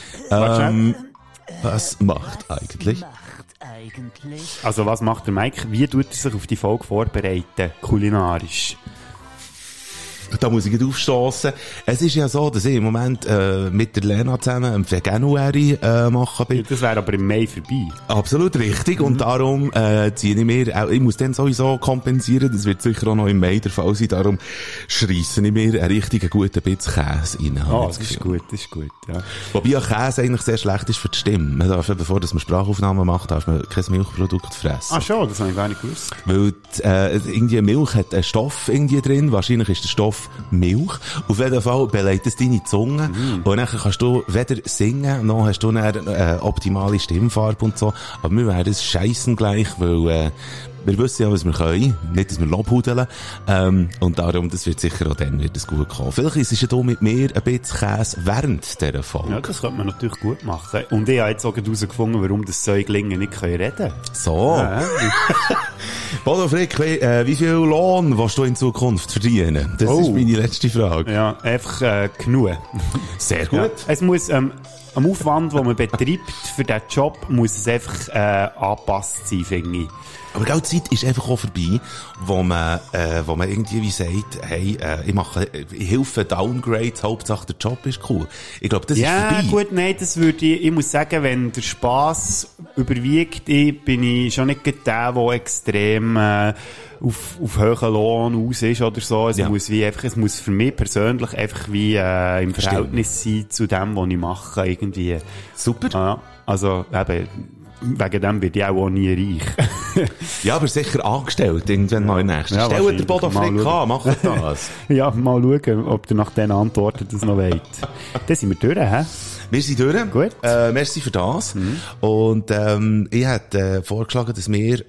Was macht eigentlich? Also was macht der Mike? Wie tut er sich auf die Folge vorbereiten, kulinarisch? Da muss ich nicht aufstossen. Es ist ja so, dass ich im Moment mit der Lena zusammen im Veganuary machen bin. Das wäre aber im Mai vorbei. Absolut richtig. Und darum ziehe ich mir, ich muss dann sowieso kompensieren, das wird sicher auch noch im Mai der Fall sein, darum schreisse ich mir einen richtig guten Bitz Käse rein. Das ist gut, ja. Wobei ja Käse eigentlich sehr schlecht ist für die Stimme. Man darf, bevor man Sprachaufnahmen macht, darf man kein Milchprodukt fressen. Ah schon, das habe ich gar nicht gewusst. Weil irgendwie Milch hat einen Stoff irgendwie drin, wahrscheinlich ist der Stoff Milch. Auf jeden Fall beleidigt es deine Zunge. Und dann kannst du weder singen, noch hast du eine optimale Stimmfarbe und so. Aber mir wäre das scheissend gleich, weil wir wissen ja, was wir können. Nicht, dass wir lobhudeln. Und darum, das wird sicher auch dann wird es gut kommen. Vielleicht ist es ja da mit mir ein bisschen Käse während dieser Folge. Ja, das könnte man natürlich gut machen. Und ich habe jetzt auch herausgefunden, warum das Säuglinge nicht reden können. So. Ja. Bodo Frick, wie viel Lohn willst du in Zukunft verdienen? Das ist meine letzte Frage. Ja, einfach genug. Sehr gut. Ja, es muss am Aufwand, den man betreibt für diesen Job, muss es einfach angepasst sein, finde ich. Aber die Zeit ist einfach auch vorbei, wo man irgendwie wie sagt, hey, ich helfe Downgrades, Hauptsache der Job ist cool. Ich glaube, das ist vorbei. Ja, gut, nein, das würde ich muss sagen, wenn der Spass überwiegt, bin ich schon nicht der extrem, auf hohen Lohn aus ist oder so. Es muss für mich persönlich einfach wie, im Verhältnis sein zu dem, was ich mache, irgendwie. Super. Ja, also, eben, wegen dem wird ich auch nie reich. Ja, aber sicher angestellt, irgendwann mal in der nächsten. Stellt den Bodo Frick an, macht das. Ja, mal schauen, ob ihr nach diesen Antworten das noch wollt. Dann sind wir durch, hä? Wir sind durch. Gut. Merci für das. Und, ich hätte vorgeschlagen, dass wir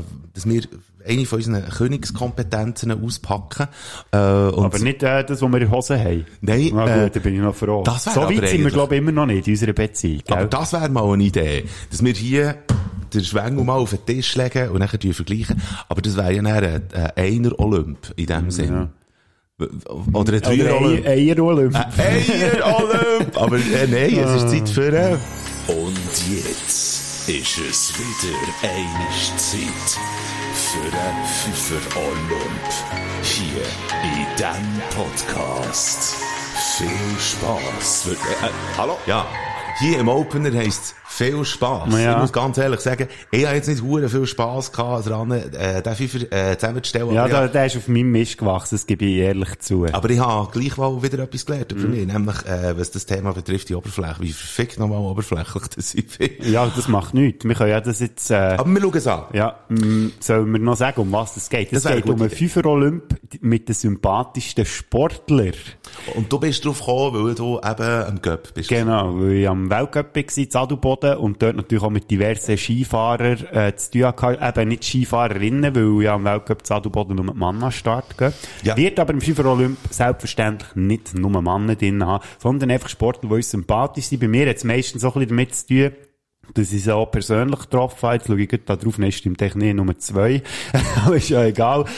eine von unseren Königskompetenzen auspacken. Aber nicht das, was wir in der Hose haben. Nein. Da bin ich noch froh. So weit sind wir, glaube ich, immer noch nicht in unserer Beziehung. Gell? Aber das wäre mal eine Idee, dass wir hier den Schwengel mal auf den Tisch legen und dann vergleichen. Aber das wäre ja ein Einer-Olymp in dem Sinn. Ja. Oder ein Dreier-Olymp. Eier-Olymp. Eier-Olymp. Aber nein, es ist Zeit für... Und jetzt ist es wieder eine Zeit für den Fünfer-Olymp hier in diesem Podcast. Viel Spass. Hallo? Ja, hier im Opener heisst viel Spass. Ja. Ich muss ganz ehrlich sagen, ich habe jetzt nicht hure viel Spass gehabt, daran, den Fünfer zusammenzustellen. Ja, der ist auf meinem Mist gewachsen, das gebe ich ehrlich zu. Aber ich habe gleichwohl wieder etwas gelernt über mich, nämlich, was das Thema betrifft, die Oberfläche. Wie verfickt nochmal oberflächlich das ich bin. Ja, das macht nichts. Wir können ja das jetzt... Aber wir schauen es an. Ja, sollen wir noch sagen, um was es geht? Es geht um einen Fünfer-Olymp mit den sympathischsten Sportler. Und du bist drauf gekommen, weil du eben am Göpp bist. Genau, weil ich am Weltcup war, in Adelboden, und dort natürlich auch mit diversen Fahrern zu tun hatte. Eben nicht Skifahrerinnen, weil ja am Weltcup in Adelboden nur Männer Start gehen. Ja. Wird aber im Fünfer-Olymp selbstverständlich nicht nur Männer drin haben, sondern einfach Sportler, die uns sympathisch sind. Bei mir hat es meistens so ein bisschen damit zu tun, dass ich sie auch persönlich getroffen habe. Jetzt schaue ich da drauf, nicht stimmt Technik Nummer 2. Aber ist ja egal.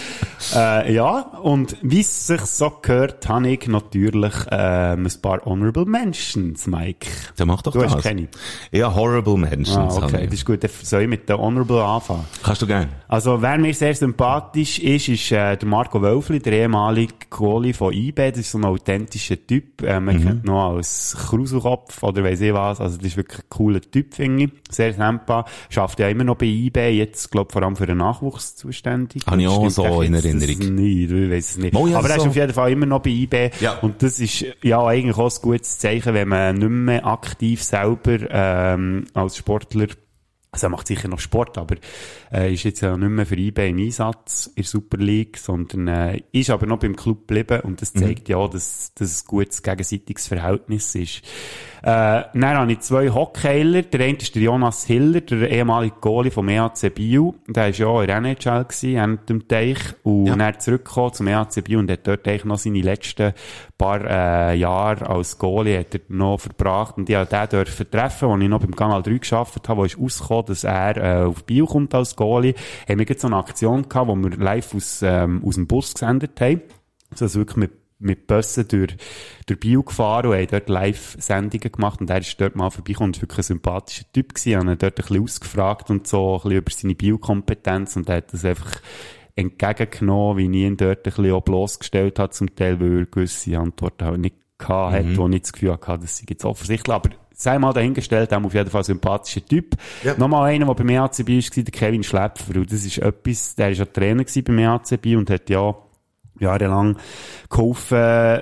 Ja, und wie es sich so gehört, habe ich natürlich ein paar Honorable Mentions, Mike. Dann mach doch du das. Du hast keine. Ja, Horrible Mentions. Okay, das ist gut. Dann soll ich mit den Honorable anfangen? Kannst du gerne. Also, wer mir sehr sympathisch ist der Marco Wölfli, der ehemalige Goalie von IB. Das ist so ein authentischer Typ. Man kennt noch als Kruselkopf oder weiss ich was. Also, das ist wirklich ein cooler Typ, finde ich. Sehr sempar. Schafft ja immer noch bei IB. Jetzt, glaube vor allem für den Nachwuchs zuständig. Habe ich auch so in Erinnerung. Nicht, ich weiss es nicht. Aber er ist auf jeden Fall immer noch bei IB. Ja. Und das ist ja eigentlich auch ein gutes Zeichen, wenn man nicht mehr aktiv selber als Sportler, also er macht sicher noch Sport, aber ist jetzt ja nicht mehr für IB im Einsatz in der Super League, sondern ist aber noch beim Club geblieben, und das zeigt ja, dass das ein gutes gegenseitiges Verhältnis ist. Dann habe ich 2 Hockeyler. Der eine ist der Jonas Hiller, der ehemalige Goalie vom EAC Biel. Der war ja auch in der NHL gewesen, dem Teich. Und dann zurückgekommen zum EAC Biel und hat dort eigentlich noch seine letzten paar Jahre als Goalie hat er noch verbracht. Und ich durfte den treffen, als ich noch beim Kanal 3 gearbeitet habe, wo ist rausgekommen, dass er auf Biel kommt als Goalie. Haben wir jetzt so eine Aktion gehabt, wo wir live aus dem Bus gesendet haben. Also wirklich mit Bussen durch Biel gefahren und haben dort Live-Sendungen gemacht, und er ist dort mal vorbeigekommen und war wirklich ein sympathischer Typ gewesen. Ich habe ihn dort ein bisschen ausgefragt und so, ein bisschen über seine Biel-Kompetenz, und er hat das einfach entgegengenommen, wie ich ihn dort ein bisschen auch bloßgestellt habe, zum Teil, weil er gewisse Antworten halt nicht gehabt hat, wo ich das Gefühl hatte, das sei jetzt offensichtlich, aber sei mal dahingestellt, auf jeden Fall ein sympathischer Typ. Ja. Nochmal einer, der beim EACB war, der Kevin Schläpfer, und das ist etwas, der ist ja Trainer gewesen beim EACB und hat ja jahrelang geholfen,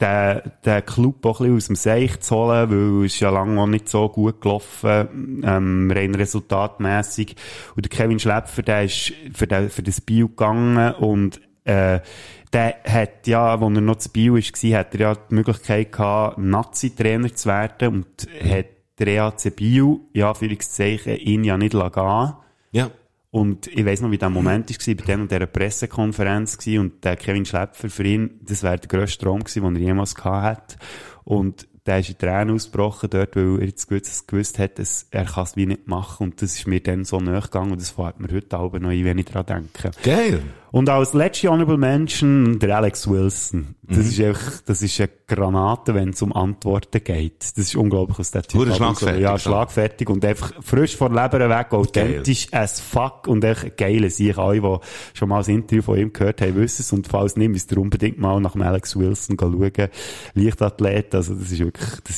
den Club auch ein bisschen aus dem Seich zu holen, weil es ja lange noch nicht so gut gelaufen, rein resultatmässig. Und der Kevin Schläpfer, der ist für das Bio gegangen, und der hat ja, als er noch zu Bio war, hat er ja die Möglichkeit gehabt, Nazi-Trainer zu werden, und hat der EAC Bio, ja, Anführungszeichen, ihn ja nicht gehen. Ja. Und ich weiss noch, wie der Moment war, bei dem und dieser Pressekonferenz war, und der Kevin Schläpfer für ihn, das wäre der grösste Traum gewesen, den er jemals gehabt hat. Und der ist in Tränen ausgebrochen dort, weil er jetzt gewusst hat, dass er kann es wie nicht machen, und das ist mir dann so nahe gegangen, und das fällt mir heute Abend noch ein, wenn ich daran denke. Geil! Und als letzte Honorable Mention, der Alex Wilson. Das ist eine Granate, wenn es um Antworten geht. Das ist unglaublich, was der Typ schlagfertig. Ja, schlagfertig und einfach frisch vor Leber weg, authentisch as fuck und echt geil. Alle, die schon mal ein Interview von ihm gehört haben, wissen es. Und falls nicht, müsst ihr unbedingt mal nach dem Alex Wilson schauen. Leichtathlet, also das ist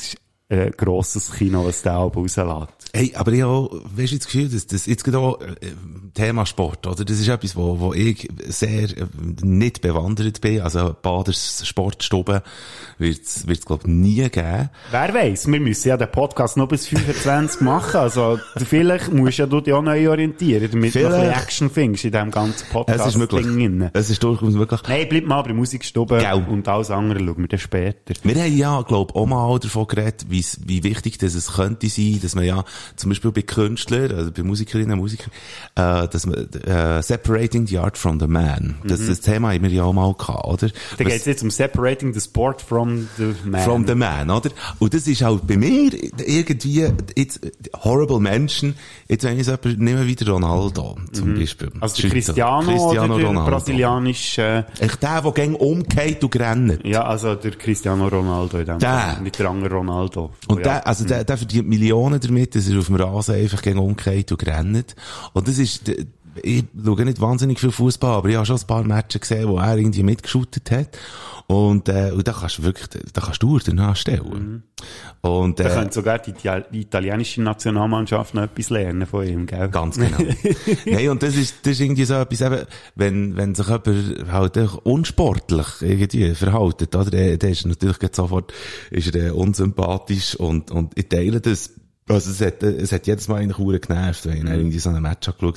ein grosses Kino, was der Album rauslässt. Hey, aber ich habe, weißt du, das Gefühl, dass das jetzt gerade auch Thema Sport, oder? Das ist etwas, wo ich sehr nicht bewandert bin. Also Baders Sportstube wird's glaub nie geben. Wer weiss? Wir müssen ja den Podcast noch bis 25 machen. Also vielleicht musst ja du dich auch neu orientieren, damit du noch ein bisschen Action findest in diesem ganzen Podcast-Ding. Es ist durchaus möglich. Nein, bleib mal bei der Musikstube und alles andere schauen wir dann später. Wir haben ja, glaub auch mal davon geredet, wie wichtig das es könnte sein, dass man ja zum Beispiel bei Künstlern, also bei Musikerinnen und Musikern, dass man separating the art from the man. Das Thema haben wir ja auch mal gehabt, oder? Da geht es jetzt um separating the sport from the man. From the man, oder? Und das ist halt bei mir irgendwie jetzt horrible Menschen. Jetzt wenn ich es nehme wieder Ronaldo zum Beispiel. Also der Cristiano oder der Ronaldo. Brasilianische... Echt der gäng umgeht und rennt. Ja, also der Cristiano Ronaldo in dem Fall. Nicht der andere Ronaldo. Und der verdient Millionen damit, dass er auf dem Rasen einfach gegen umgeht und rennt. Und das ist, ich schaue nicht wahnsinnig viel Fußball, aber ich habe schon ein paar Matches gesehen, wo er irgendwie mitgeschootet hat. Und da kannst du wirklich, da kannst du danach stellen. Und, da könnte sogar die italienische Nationalmannschaft noch etwas lernen von ihm, gell? Ganz genau. Nein, und das ist irgendwie so etwas eben, wenn sich jemand halt unsportlich irgendwie verhaltet, oder? Der ist natürlich sofort, ist er unsympathisch und ich teile das. Also es hat jedes Mal eigentlich verdammt genervt, wenn ich irgendwie so einen Match angeschaut.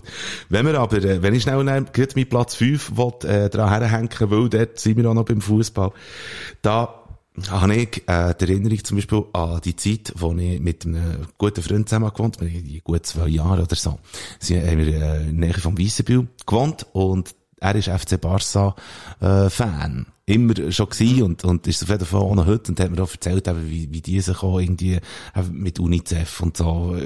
Wenn ich schnell mit Platz 5 dran herhängen will, dort sind wir auch noch beim Fußball, da habe ich die Erinnerung zum Beispiel an die Zeit, wo ich mit einem guten Freund zusammen gewohnt habe, wir haben gut 2 Jahre oder so. Haben wir in der Nähe vom Weissenbühl gewohnt und er ist FC Barca Fan. Immer schon gewesen und ist auf jeden Fall auch noch heute und hat mir auch erzählt, wie die sich auch irgendwie mit UNICEF und so,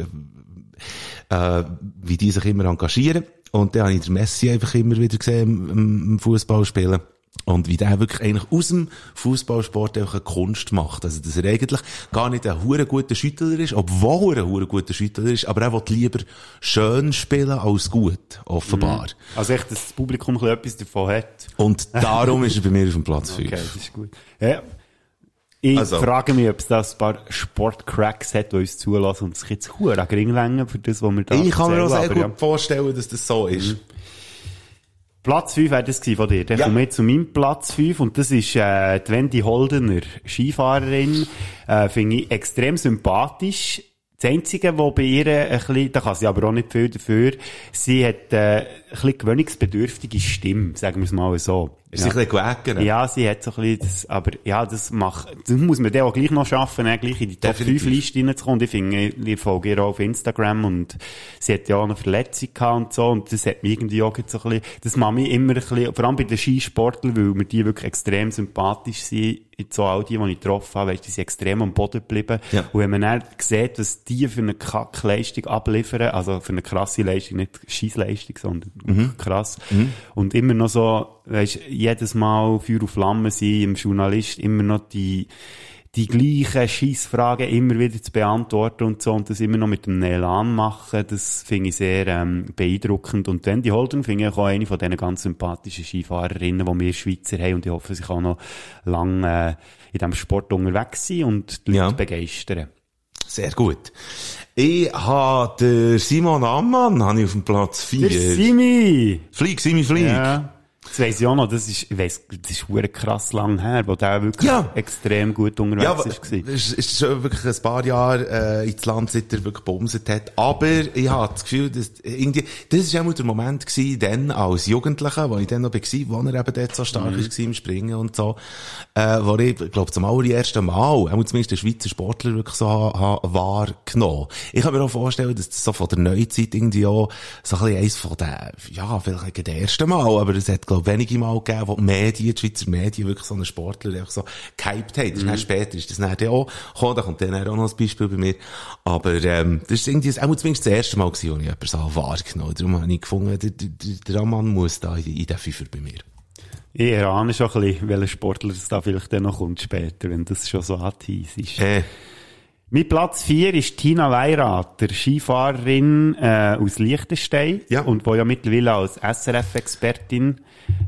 wie die sich immer engagieren. Und dann habe ich den Messi einfach immer wieder gesehen im Fußball spielen. Und wie der wirklich eigentlich aus dem Fußballsport einfach eine Kunst macht. Also, dass er eigentlich gar nicht ein hure guter Schüttler ist, obwohl er ein hure guter Schüttler ist, aber er will lieber schön spielen als gut, offenbar. Also echt, dass das Publikum ein bisschen etwas davon hat. Und darum ist er bei mir auf dem Platz 5. Okay, das ist gut. Ja. Ich frage mich, ob es da ein paar Sportcracks hat, die uns zulassen und sich jetzt hure Geringlänger für das, was wir da Ich kann mir auch sehr gut vorstellen, dass das so ist. Platz 5 wäre das von dir. Dann kommen wir zu meinem Platz 5 und das ist die Wendy Holdener, Skifahrerin. Finde ich extrem sympathisch. Das Einzige, was bei ihr ein bisschen, da kann sie aber auch nicht viel dafür, sie hat ein bisschen gewöhnungsbedürftige Stimme, sagen wir es mal so. Ist sie ein bisschen gewackert? Ja, sie hat so ein bisschen das, aber ja, das muss man dann auch gleich noch schaffen, gleich in die Top 5 Liste reinzukommen. Ich finde, ich folge ihr auch auf Instagram und sie hat ja auch eine Verletzung gehabt und so und das hat mich irgendwie auch so ein bisschen, das macht mich immer ein bisschen, vor allem bei den Skisportlern, weil mir die wirklich extrem sympathisch sind, so all die ich getroffen habe, die sind extrem am Boden geblieben. Ja. Und wenn man dann sieht, was die für eine Kackleistung abliefern, also für eine krasse Leistung, nicht Scheissleistung, sondern krass. Und immer noch so, weisst, jedes Mal Feuer und Flamme sein, im Journalist immer noch die gleichen Scheissfragen immer wieder zu beantworten und so, und das immer noch mit einem Elan machen, das finde ich sehr beeindruckend. Und Wendy Holden finde ich auch eine von diesen ganz sympathischen Skifahrerinnen, die wir Schweizer haben, und ich hoffe, sie kann noch lange in diesem Sport unterwegs sein und die Leute begeistern. Sehr gut. Ich habe den Simon Ammann auf dem Platz 4. Der Simi! Simi, flieg! Ja. Das weiss ich auch noch, das ist verdammt krass lang her, wo der wirklich extrem gut unterwegs war. Es ist schon wirklich ein paar Jahre ins Land, seit er wirklich gebumset hat. Aber ich habe das Gefühl, dass irgendwie, das ist auch mal der Moment gewesen, dann als Jugendlicher, wo ich dann noch war, wo er eben dort so stark war im Springen und so, wo ich glaube zum allerersten Mal, zumindest der Schweizer Sportler wirklich so wahrgenommen. Ich kann mir auch vorstellen, dass das so von der Neuzeit irgendwie auch so ein bisschen eins von den, ja, vielleicht nicht der erste Mal, aber es hat glaube wenige Mal gegeben, wo die Schweizer Medien wirklich so einen Sportler einfach so gehypt haben. Das ist später, ist das dann auch gekommen, da kommt dann auch noch ein Beispiel bei mir. Aber, das ist irgendwie, auch zumindest das erste Mal gewesen, wo ich jemanden so wahrgenommen habe. Darum habe ich gefunden, der Ammann muss da in den Fünfer bei mir. Ich erahne schon ein bisschen, welcher Sportler das da vielleicht dann noch kommt später, wenn das schon so anteased ist. Mein Platz 4 ist Tina Weirater, Skifahrerin aus Liechtenstein. Ja. Und die ja mittlerweile als SRF-Expertin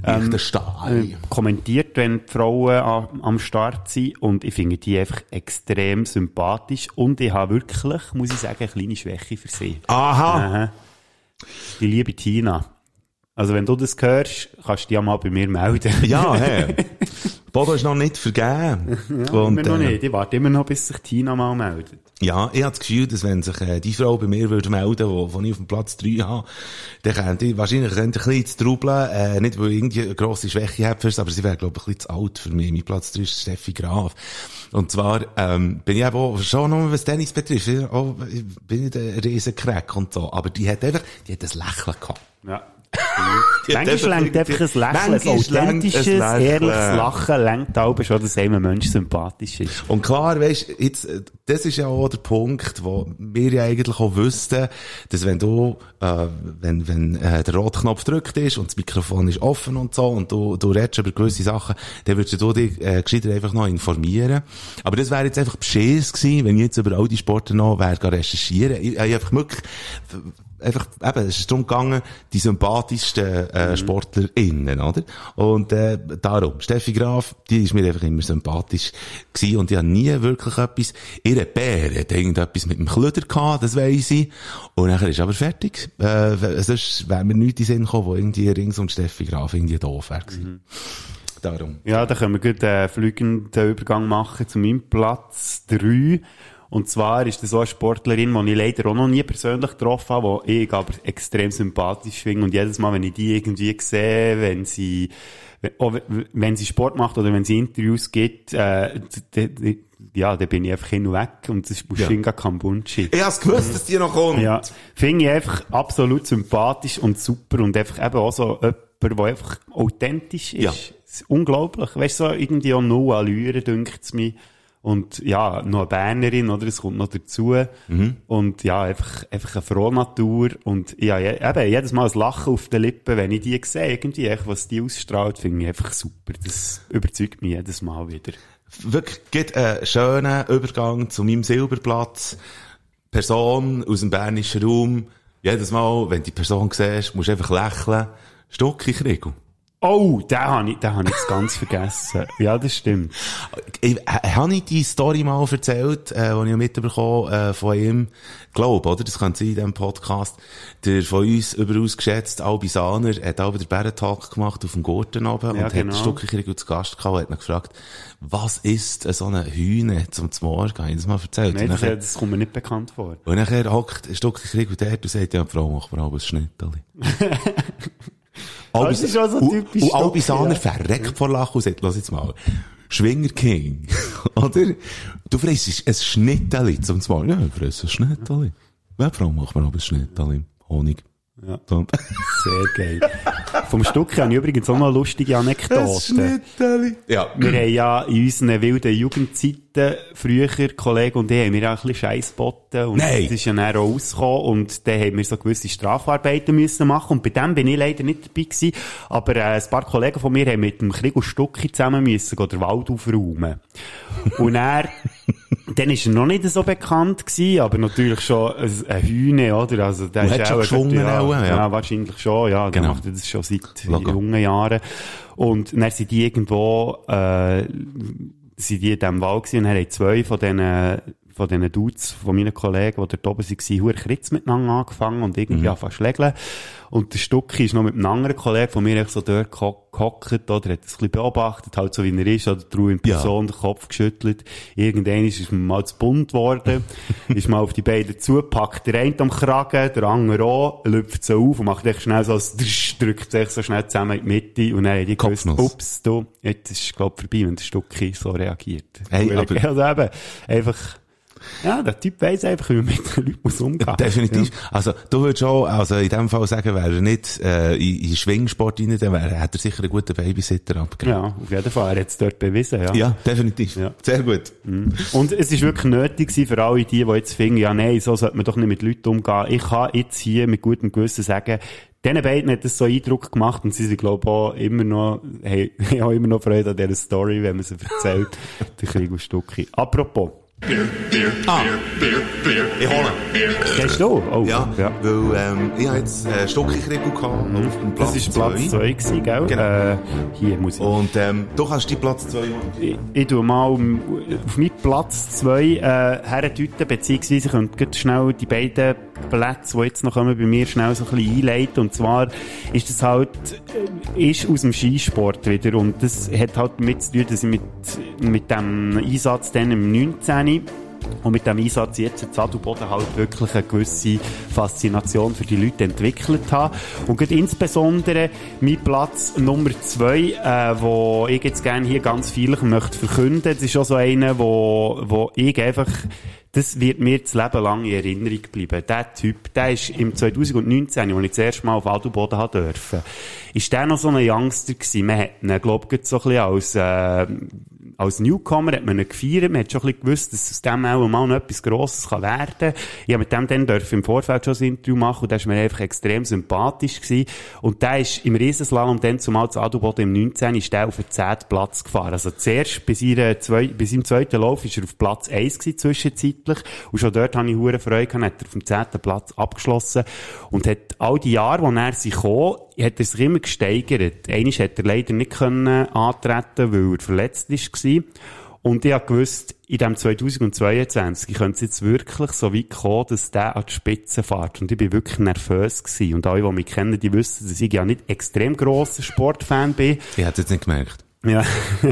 kommentiert, wenn die Frauen am Start sind. Und ich finde die einfach extrem sympathisch. Und ich habe wirklich, muss ich sagen, eine kleine Schwäche für sie. Aha! Die liebe Tina. Also wenn du das hörst, kannst du dich ja mal bei mir melden. Ja, hey. Bodo ist noch nicht vergeben. Ja, und, immer noch nicht. Ich warte immer noch, bis sich Tina mal meldet. Ja, ich habe das Gefühl, dass wenn sich die Frau bei mir würde melden, die ich auf dem Platz 3 habe, dann könnte ich wahrscheinlich ein bisschen zu trubeln, nicht weil ich irgendwie eine grosse Schwäche habe, aber sie wäre, glaube ich, ein bisschen zu alt für mich. Mein Platz 3 ist Steffi Graf. Und zwar bin ich eben auch schon noch, was Tennis betrifft, bin ich ein Riesencrack und so. Aber die hat ein Lächeln gehabt. Ja. Manchmal lenkt einfach ein Lächeln, ein authentisches, ehrliches Lachen lenkt auch schon, dass einem Mensch sympathisch ist. Und klar, weisst, jetzt, das ist ja auch der Punkt, wo wir ja eigentlich auch wüssten, dass wenn du, wenn der Rotknopf gedrückt ist und das Mikrofon ist offen und so und du redest über gewisse Sachen, dann würdest du dich gescheiter einfach noch informieren. Aber das wäre jetzt einfach beschiss gewesen, wenn ich jetzt über all die Sporten noch recherchieren. Ich einfach wirklich, eben, es ist darum gegangen, die sympathischsten SportlerInnen, oder? Und darum, Steffi Graf, die ist mir einfach immer sympathisch gewesen und die hat nie wirklich etwas, ihre Bär hat irgendetwas mit dem Klöder gehabt, das weiss ich. Und nachher ist aber fertig. Sonst wäre mir nichts in den Sinn gekommen, wo irgendwie rings um Steffi Graf irgendwie doof wäre gewesen. Darum. Ja, da können wir gut einen fliegenden Übergang machen zu meinem Platz 3. Und zwar ist das so eine Sportlerin, die ich leider auch noch nie persönlich getroffen habe, die ich aber extrem sympathisch finde. Und jedes Mal, wenn ich die irgendwie sehe, wenn sie Sport macht oder wenn sie Interviews gibt, ja, da bin ich einfach hin und weg. Und das ist Bushinga Kambunchi. Ich hab's gewusst, dass die noch kommt. Ja. Finde ich einfach absolut sympathisch und super und einfach eben auch so jemand, der einfach authentisch ist. Ja. Das ist unglaublich. Weißt du, so irgendwie auch null Allüre, dünkt's mir. Und ja, noch eine Bernerin, oder? Es kommt noch dazu. Und ja, einfach eine frohe Natur. Und ja, eben, jedes Mal ein Lachen auf den Lippen, wenn ich die sehe, irgendwie, echt, was die ausstrahlt, finde ich einfach super. Das überzeugt mich jedes Mal wieder. Wirklich, gibt einen schönen Übergang zu meinem Silberplatz. Person aus dem bernischen Raum. Jedes Mal, wenn du die Person siehst, musst du einfach lächeln. Stucki Kriegel. Oh, den habe ich jetzt ganz vergessen. Ja, das stimmt. Habe ich die Story mal erzählt, die ich mitbekommen von ihm? Glaube, oder? Das kann sein in diesem Podcast. Der von uns überaus geschätzte Albisaner hat auch den Bärentalk gemacht auf dem Gurten oben und hat ein Stückchen zu Gast gehabt und hat ihn gefragt, was ist so eine Hühne zum Morgen? Habe ich das mal erzählt? Nein, das kommt mir nicht bekannt vor. Und nachher hockt ein Stückchen dort und sagt, ja, die Frau macht mir auch ein Schnitteli. Das ist schon so typisch. Und Albisaner verreckt vor Lachen und sagt, lass jetzt mal, Schwinger King, oder? Du fressst ein Schnitteli zum Morgen. Ja, ich fresse ein Schnitteli. Wer Frau macht mir auch ein Schnitteli? Honig. Ja. Sehr geil. Vom Stück habe ich übrigens auch noch eine lustige Anekdote. Ja. Wir haben ja in unseren wilden Jugendzeiten früher, Kollegen und ich, haben wir auch ein bisschen Scheiß geboten. Und das ist ja dann auch rausgekommen. Und dann haben wir so gewisse Strafarbeiten müssen machen. Und bei dem bin ich leider nicht dabei gewesen. Aber ein paar Kollegen von mir haben mit dem Krieg Stucki zusammen müssen den Wald aufräumen. Und dann ist er noch nicht so bekannt gewesen, aber natürlich schon ein Hühne, oder? Also, der ist schon geschwungen, ja, wahrscheinlich schon, ja. Der macht das schon seit jungen Jahren. Und dann sind die irgendwo, sind die in diesem Wald gewesen, und dann haben zwei von diesen Dudes, von meinen Kollegen, die dort oben waren, huere Kritz miteinander angefangen und irgendwie angefangen zu schlägeln. Und der Stucki ist noch mit einem anderen Kollegen von mir so dort gehockt, oder hat das ein bisschen beobachtet, halt so wie er ist, oder True in Person den Kopf geschüttelt. Irgendwann ist man mal zu bunt worden, ist mal auf die beiden zugepackt, der eine am Kragen, der andere auch, lüpft so auf und macht echt schnell so, drückt sich so schnell zusammen in die Mitte und dann hat die gewusst, ups, jetzt ist, glaub ich, vorbei, wenn der Stucki so reagiert. Hey, aber also eben, einfach, Ja, der Typ weiss einfach, wie man mit den Leuten umgehen muss. Definitiv. Ja. Also, du würdest auch, also in dem Fall sagen, wäre er nicht, in Schwingsport rein, dann hätte er sicher einen guten Babysitter abgegeben. Ja, auf jeden Fall. Er hat es dort bewiesen, ja. Ja, definitiv. Ja. Sehr gut. Mhm. Und es ist wirklich nötig gewesen für alle die jetzt finden, ja, nein, so sollte man doch nicht mit Leuten umgehen. Ich kann jetzt hier mit gutem Gewissen sagen, diesen beiden hat das so Eindruck gemacht und sie sind, glaube ich, auch immer noch, haben auch immer noch Freude an dieser Story, wenn man sie erzählt. Der Krieg aus Stucki. Apropos. Bier. Ich hole. Kennst du? Oh, ja. Weil, ich habe jetzt Stucki-Krieg gehabt, auf dem Platz 2. Das war Platz 2 gewesen, gell? Genau. Hier muss ich. Und, du kannst die Platz 2 machen. Ich tue mal auf meinen Platz 2, herdeuten, beziehungsweise ich könnte schnell die beiden Plätze, die jetzt noch kommen, bei mir schnell so ein bisschen einleiten. Und zwar ist das halt, ist aus dem Skisport wieder. Und das hat halt damit zu tun, dass ich mit dem Einsatz dann im 19. und mit dem Einsatz jetzt in Adelboden halt wirklich eine gewisse Faszination für die Leute entwickelt habe. Und gerade insbesondere mein Platz Nummer 2, wo ich jetzt gerne hier ganz viel möchte verkünden. Das ist auch so einer, wo ich einfach, das wird mir das Leben lang in Erinnerung bleiben. Der Typ, der ist im 2019, als ich das erste Mal auf Adelboden durfte, ist der noch so ein Youngster gewesen. Man hat ihn, glaube ich, so ein bisschen als Newcomer hat man ihn gefeiert. Man hat schon ein bisschen gewusst, dass aus dem auch mal noch etwas Grosses werden kann. Ich habe mit dem dann im Vorfeld schon ein Interview machen und der ist mir einfach extrem sympathisch gewesen. Und der ist im Riesenslalom dann zumal zu Adelboden im 19. ist der auf den 10. Platz gefahren. Also zuerst bis seinem zweiten Lauf ist er auf Platz 1 gewesen, zwischenzeitlich. Und schon dort hatte ich hure Freude gehabt, hat er auf dem 10. Platz abgeschlossen. Und hat all die Jahre, wo er sich kam, hat er sich immer gesteigert. Einmal hat er leider nicht antreten, weil er verletzt war. Und ich habe gewusst, in dem 2022 könnte es jetzt wirklich so weit kommen, dass der an die Spitze fährt. Und ich bin wirklich nervös gewesen. Und alle, die mich kennen, die wissen, dass ich ja nicht extrem grosser Sportfan bin. Ich hätte es jetzt nicht gemerkt. Ja.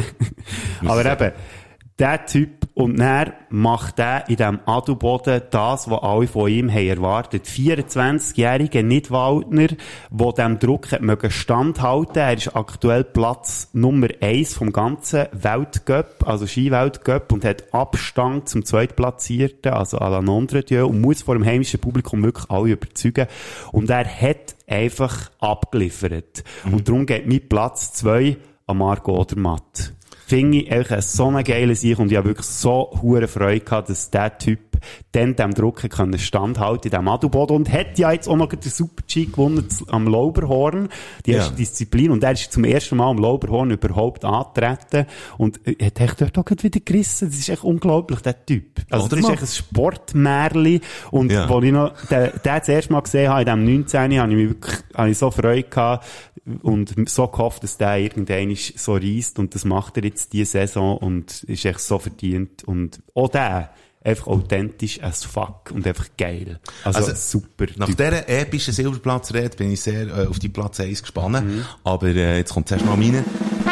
Aber eben, der Typ, und dann macht er in diesem Adelboden das, was alle von ihm haben erwartet. 24-jährige Nidwaldner, der dem Druck hat mögen standhalten. Er ist aktuell Platz Nummer 1 vom ganzen Weltcup, also Ski-Weltcup, und hat Abstand zum Zweitplatzierten, also Alain Nondredieu, und muss vor dem heimischen Publikum wirklich alle überzeugen. Und er hat einfach abgeliefert. Und darum geht mein Platz 2 an Marco Odermatt. Finde ich eigentlich so eine geile Sache und ich habe wirklich so hure Freude gehabt, dass der Typ dann dem Druck standhalten in diesem Adelboden und hat ja jetzt auch noch den Super-G gewonnen am Lauberhorn, die erste Disziplin, und er ist zum ersten Mal am Lauberhorn überhaupt angetreten und hat echt dort auch wieder gerissen. Das ist echt unglaublich, der Typ. Also das ist echt ein Sportmärli und wo ich noch den das erste Mal gesehen habe, in dem 19. habe ich so Freude gehabt und so gehofft, dass der irgendwann so reisst und das macht er jetzt diese Saison und ist echt so verdient und auch der einfach authentisch as fuck und einfach geil. Also super. Nach dieser epischen Silberplatzrede bin ich sehr auf die Platz 1 gespannt. Aber jetzt kommt zuerst mal meine.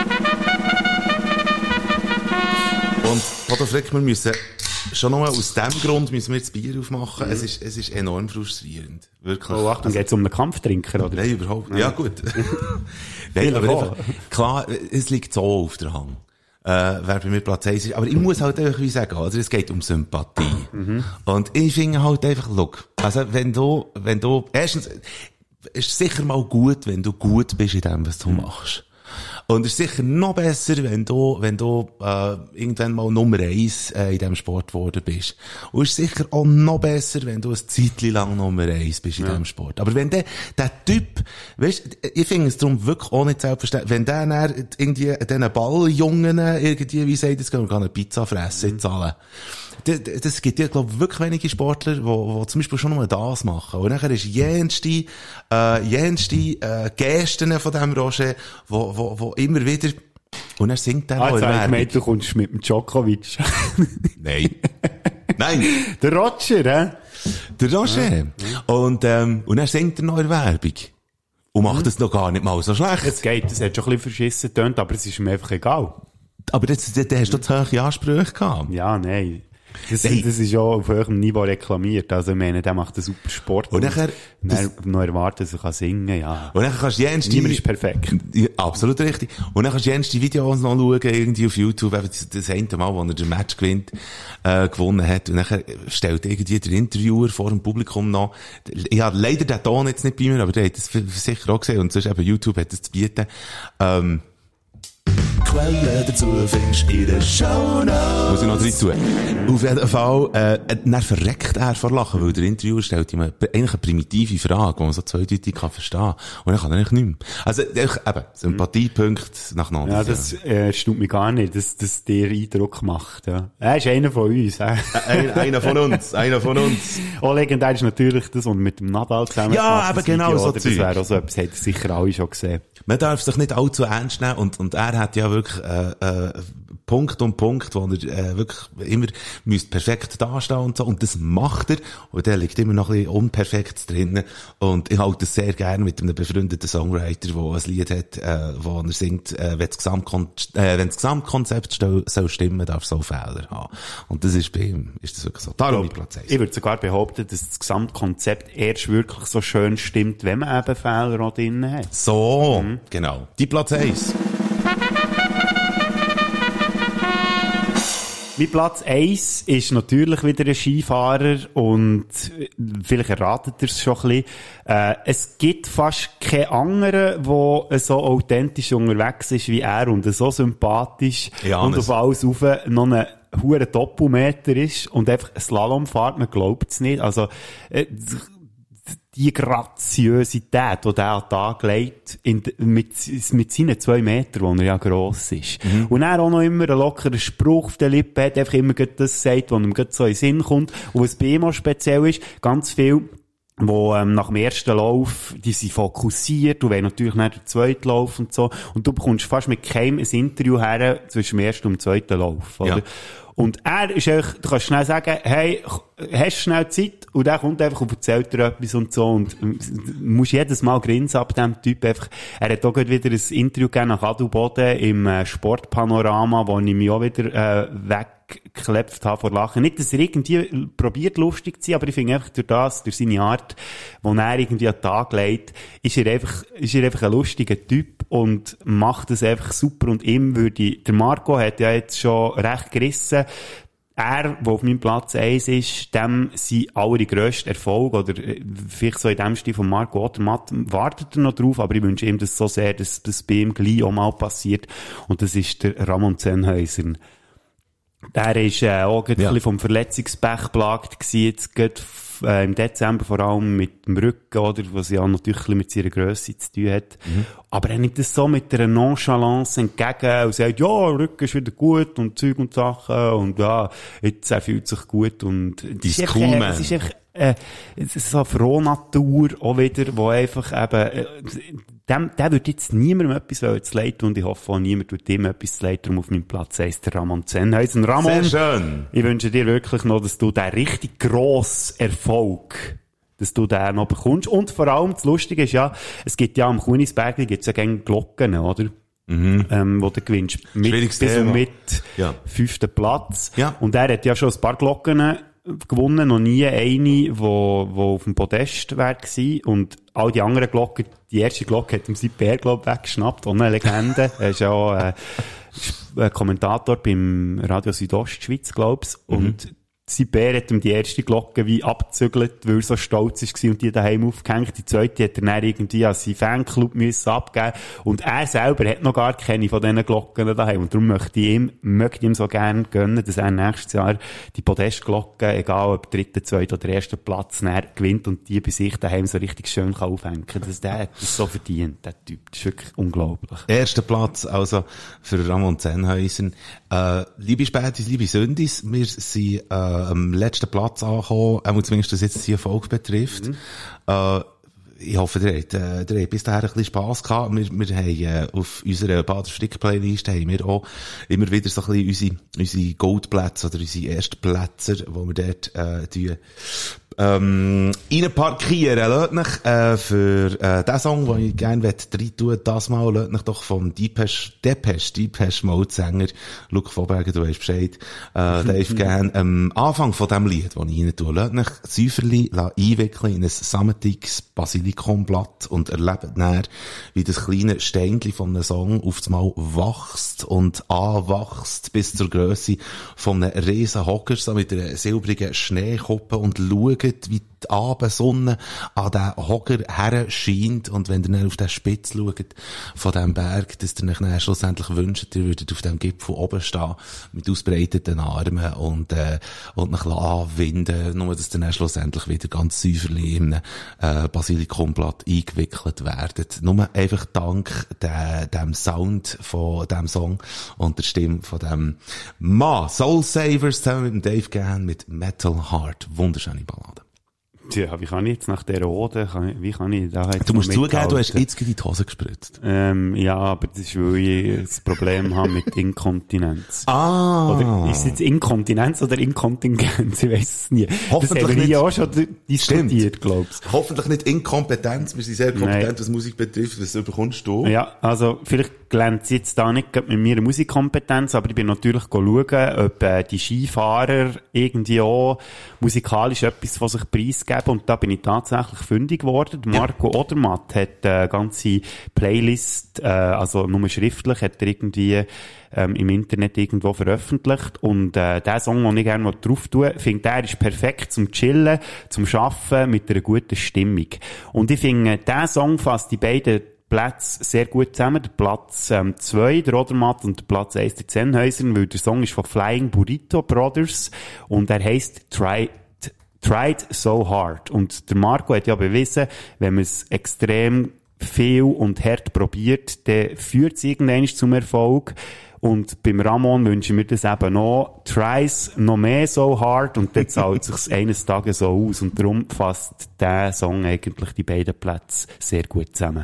Und Otto Frick, wir müssen schon nur aus dem Grund müssen wir das Bier aufmachen. Es ist enorm frustrierend. Wirklich. Oh, Achtung, geht's um einen Kampftrinker, oder? Nein, überhaupt nicht. Ja, gut. Nein, aber einfach, klar, es liegt so auf der Hand. Wer bei mir Platz 1 ist. Aber ich muss halt einfach wie sagen, also es geht um Sympathie. Und ich finde halt einfach, look, also wenn du, erstens, es ist sicher mal gut, wenn du gut bist in dem, was du machst. Und es ist sicher noch besser, wenn du irgendwann mal Nummer 1 in diesem Sport geworden bist. Und es ist sicher auch noch besser, wenn du ein Zeitchen lang Nummer 1 bist in diesem Sport. Aber wenn der Typ, weißt, ich finde es darum wirklich auch nicht selbstverständlich, wenn der dann irgendwie diesen Balljungen irgendwie, wie sagt das, kann eine Pizza fressen, zahlen. Das gibt ja, glaube ich, wirklich wenige Sportler, die zum Beispiel schon nur das machen. Und nachher ist jenste Gesten von dem Roger, wo immer wieder, und er singt dann auch in der Werbung. Du kommst mit dem Djokovic. Nein. Nein. Der Roger, hä? Der Roger. Ja. Und er singt dann noch in der Werbung. Und macht das noch gar nicht mal so schlecht. Es geht, das hat schon ein bisschen verschissen getönt, aber es ist mir einfach egal. Aber da hast du zu hohe Ansprüche gehabt. Ja, nein. Das ist ja auf höherem Niveau reklamiert. Also, ich meine, der macht einen super Sport. Und nachher, noch erwarten, dass er kann singen, ja. Und dann kannst du niemand ist perfekt. Ja, absolut richtig. Und dann kannst du die Videos noch schauen, irgendwie auf YouTube, eben das eine Mal, wo er den Match gewonnen hat. Und dann stellt irgendwie der Interviewer vor dem Publikum noch, ich habe leider den Ton jetzt nicht bei mir, aber der hat das sicher auch gesehen, und sonst eben YouTube hat das zu bieten. Quellen dazu findest du in den Shownotes. Muss ich noch rein tun. Auf jeden Fall, dann verreckt er vor Lachen, weil der Interviewer stellt ihm eigentlich eine primitive Frage, die man so zweideutig kann verstehen kann. Und dann kann er eigentlich nicht mehr. Also, eben, Sympathiepunkt nach Norden. Ja, das stimmt mich gar nicht, dass der Eindruck macht, ja. Er ist einer von uns, einer von uns. Auch legendär ist natürlich das, und mit dem Nadal zusammen. Ja, eben genau Video, so das wäre auch so etwas, hätten sicher alle schon gesehen. Man darf sich nicht allzu ernst nehmen, und er hat ja wirklich, Punkt um Punkt, wo er wirklich immer perfekt dastehen und so, und das macht er, und der liegt immer noch ein bisschen Unperfektes drinnen, und ich halte das sehr gerne mit einem befreundeten Songwriter, der ein Lied hat, wo er singt, wenn das Gesamtkonzept soll stimmen, darf es auch Fehler haben. Und das ist bei ihm, ist das wirklich so. Darum mit Platz 1. Ich würde sogar behaupten, dass das Gesamtkonzept erst wirklich so schön stimmt, wenn man eben Fehler auch drin hat. So, genau. Die Platz 1. Mein Platz 1 ist natürlich wieder ein Skifahrer, und vielleicht erratet ihr es schon ein bisschen. Es gibt fast keinen anderen, der so authentisch unterwegs ist wie er und so sympathisch und auf alles rauf noch einen hohen Doppelmeter ist und einfach Slalom fährt, man glaubt es nicht. Also, die Graziosität, die der an den Tag legt, mit seinen 2 Metern, wo er ja gross ist. Und er auch noch immer einen lockeren Spruch auf den Lippen hat, einfach immer das sagt, was ihm so in den Sinn kommt. Und was bei ihm auch speziell ist, ganz viel, wo nach dem ersten Lauf, die sind fokussiert, du willst natürlich nicht den zweiten Lauf und so, und du bekommst fast mit keinem ein Interview her zwischen dem ersten und dem zweiten Lauf, oder? Ja. Und er ist eigentlich, du kannst schnell sagen, hey, hast schnell Zeit? Und der kommt einfach und erzählt dir etwas und so, und musst jedes Mal grinsen ab dem Typ einfach. Er hat auch gerade wieder ein Interview gegeben nach Adelboden im Sportpanorama, wo ich mich auch wieder weggeklebt habe vor Lachen. Nicht, dass er irgendwie probiert lustig zu sein, aber ich finde einfach durch seine Art, wo er irgendwie an den Tag legt, ist er einfach ein lustiger Typ und macht es einfach super. Und ihm der Marco hat ja jetzt schon recht gerissen. Er, der auf meinem Platz 1 ist, dem sein allergrösster Erfolg, oder vielleicht so in dem Stil von Marco Odermatt, wartet er noch drauf, aber ich wünsche ihm das so sehr, dass das bei ihm gleich auch mal passiert. Und das ist der Ramon Sennheiser. Der ist auch ein bisschen vom Verletzungspech geplagt gewesen, jetzt geht im Dezember vor allem mit dem Rücken, oder, was ja natürlich mit seiner Grösse zu tun hat. Aber er nimmt das so mit einer Nonchalance entgegen und sagt, ja, Rücken ist wieder gut und Zeug und Sachen und ja, jetzt er fühlt sich gut und das ist cool, man. Es ist einfach es ist so eine Frohnatur auch wieder, wo einfach eben der wird jetzt niemandem etwas zu leid tun, und ich hoffe auch, niemand tut ihm etwas zu leid, darum auf meinem Platz heisst der Ramon Sennheiser. Ramon, sehr schön. Ich wünsche dir wirklich noch, dass du den richtig grossen Erfolg, dass du den noch bekommst. Und vor allem, das Lustige ist ja, es gibt ja am Kunisberg, gibt's ja gerne Glocken, oder? Wo du gewinnst. Bis und mit 5. Platz. Ja. Und er hat ja schon ein paar Glocken gewonnen, noch nie eine, wo auf dem Podest wäre gewesen. Und all die anderen Glocken, die erste Glocke hat ihm Sepp Bär, glaub ich, weggeschnappt. Und eine Legende. Er ist ja auch Kommentator beim Radio Südostschweiz, glaub's. Und Sepp Bär hat ihm die erste Glocke wie abgezügelt, weil er so stolz war und die daheim aufgehängt. Die zweite hat er dann irgendwie an seinen Fanclub müssen abgeben. Und er selber hat noch gar keine von diesen Glocken daheim. Und darum möchte ich ihm so gerne gönnen, dass er nächstes Jahr die Podestglocke, egal ob 3., 2. oder 1. Platz, gewinnt und die bei sich daheim so richtig schön kann aufhängen kann. Der hat das so verdient, der Typ. Das ist wirklich unglaublich. 1. Platz, also, für Ramon Sennheiser. Liebe Spätis, liebe Sündis, wir sind, am letzten Platz angekommen, zumindest was jetzt die Erfolg betrifft. ich hoffe, ihr habt bis dahin ein bisschen Spass gehabt. Wir haben auf unserer Bader-Frick-Playlist haben wir auch immer wieder so ein bisschen unsere Goldplätze oder unsere Erstplätze, die wir dort reinparkieren. Lasst mich für den Song, den ich gerne rein tun, das mal, lasst mich doch vom Depeche Mode Sänger Luke Voberger, du weißt Bescheid, Dave gerne am Anfang von dem Lied, das ich rein tue, lasst mich Säuferli einwickeln in ein sammetiges Basilikumblatt und erlebt dann, wie das kleine Steinchen von einem Song auf einmal wächst und anwächst bis zur Grösse von einem riesen Hocker, so mit einer silbrigen Schneekuppe und schaut, wie die Abendsonne an den Hocker her scheint und wenn ihr dann auf den Spitz schaut von diesem Berg, dass ihr euch dann schlussendlich wünscht, ihr würdet auf dem Gipfel oben stehen mit ausbreiteten Armen und mich anwinden, nur dass ihr dann schlussendlich wieder ganz säuferlich in einem Basilikumblatt eingewickelt werdet. Nur einfach dank dem Sound von dem Song und der Stimme von dem Mann. Soul Savers zusammen mit dem Dave Gahan mit Metal Heart. Wunderschöne Ballade. Tja, wie kann ich jetzt nach dieser Ode, wie kann ich da jetzt Du musst zugeben, du hast jetzt in die Hose gespritzt. Ja, aber das ist, weil ich das Problem habe mit Inkontinenz. Oder ist es jetzt Inkontinenz oder Inkontingenz? Ich weiss es nie. Hoffentlich das haben wir hier auch schon diskutiert, glaubst du. Hoffentlich nicht Inkompetenz. Wir sind sehr kompetent, was Musik betrifft. Was bekommst du? Ja, also vielleicht glänzt jetzt da nicht mit mir eine Musikkompetenz, aber ich bin natürlich schauen, ob die Skifahrer irgendwie auch musikalisch etwas von sich preisgeben. Und da bin ich tatsächlich fündig geworden. Marco Odermatt hat eine ganze Playlist, also nur schriftlich, hat er irgendwie im Internet irgendwo veröffentlicht. Und der Song, den ich gerne drauf tue, finde er ist perfekt zum Chillen, zum Arbeiten mit einer guten Stimmung. Und ich finde, der Song fasst die beiden Plätze sehr gut zusammen. Der Platz 2, der Odermatt, und der Platz 1, der Sennhäuser, weil der Song ist von Flying Burrito Brothers und er heisst Tried So Hard. Und der Marco hat ja bewiesen, wenn man es extrem viel und hart probiert, dann führt es irgendwann zum Erfolg. Und beim Ramon wünschen wir das eben noch. Tries noch mehr so hard und dann zahlt sich's eines Tages so aus. Und darum fasst der Song eigentlich die beiden Plätze sehr gut zusammen.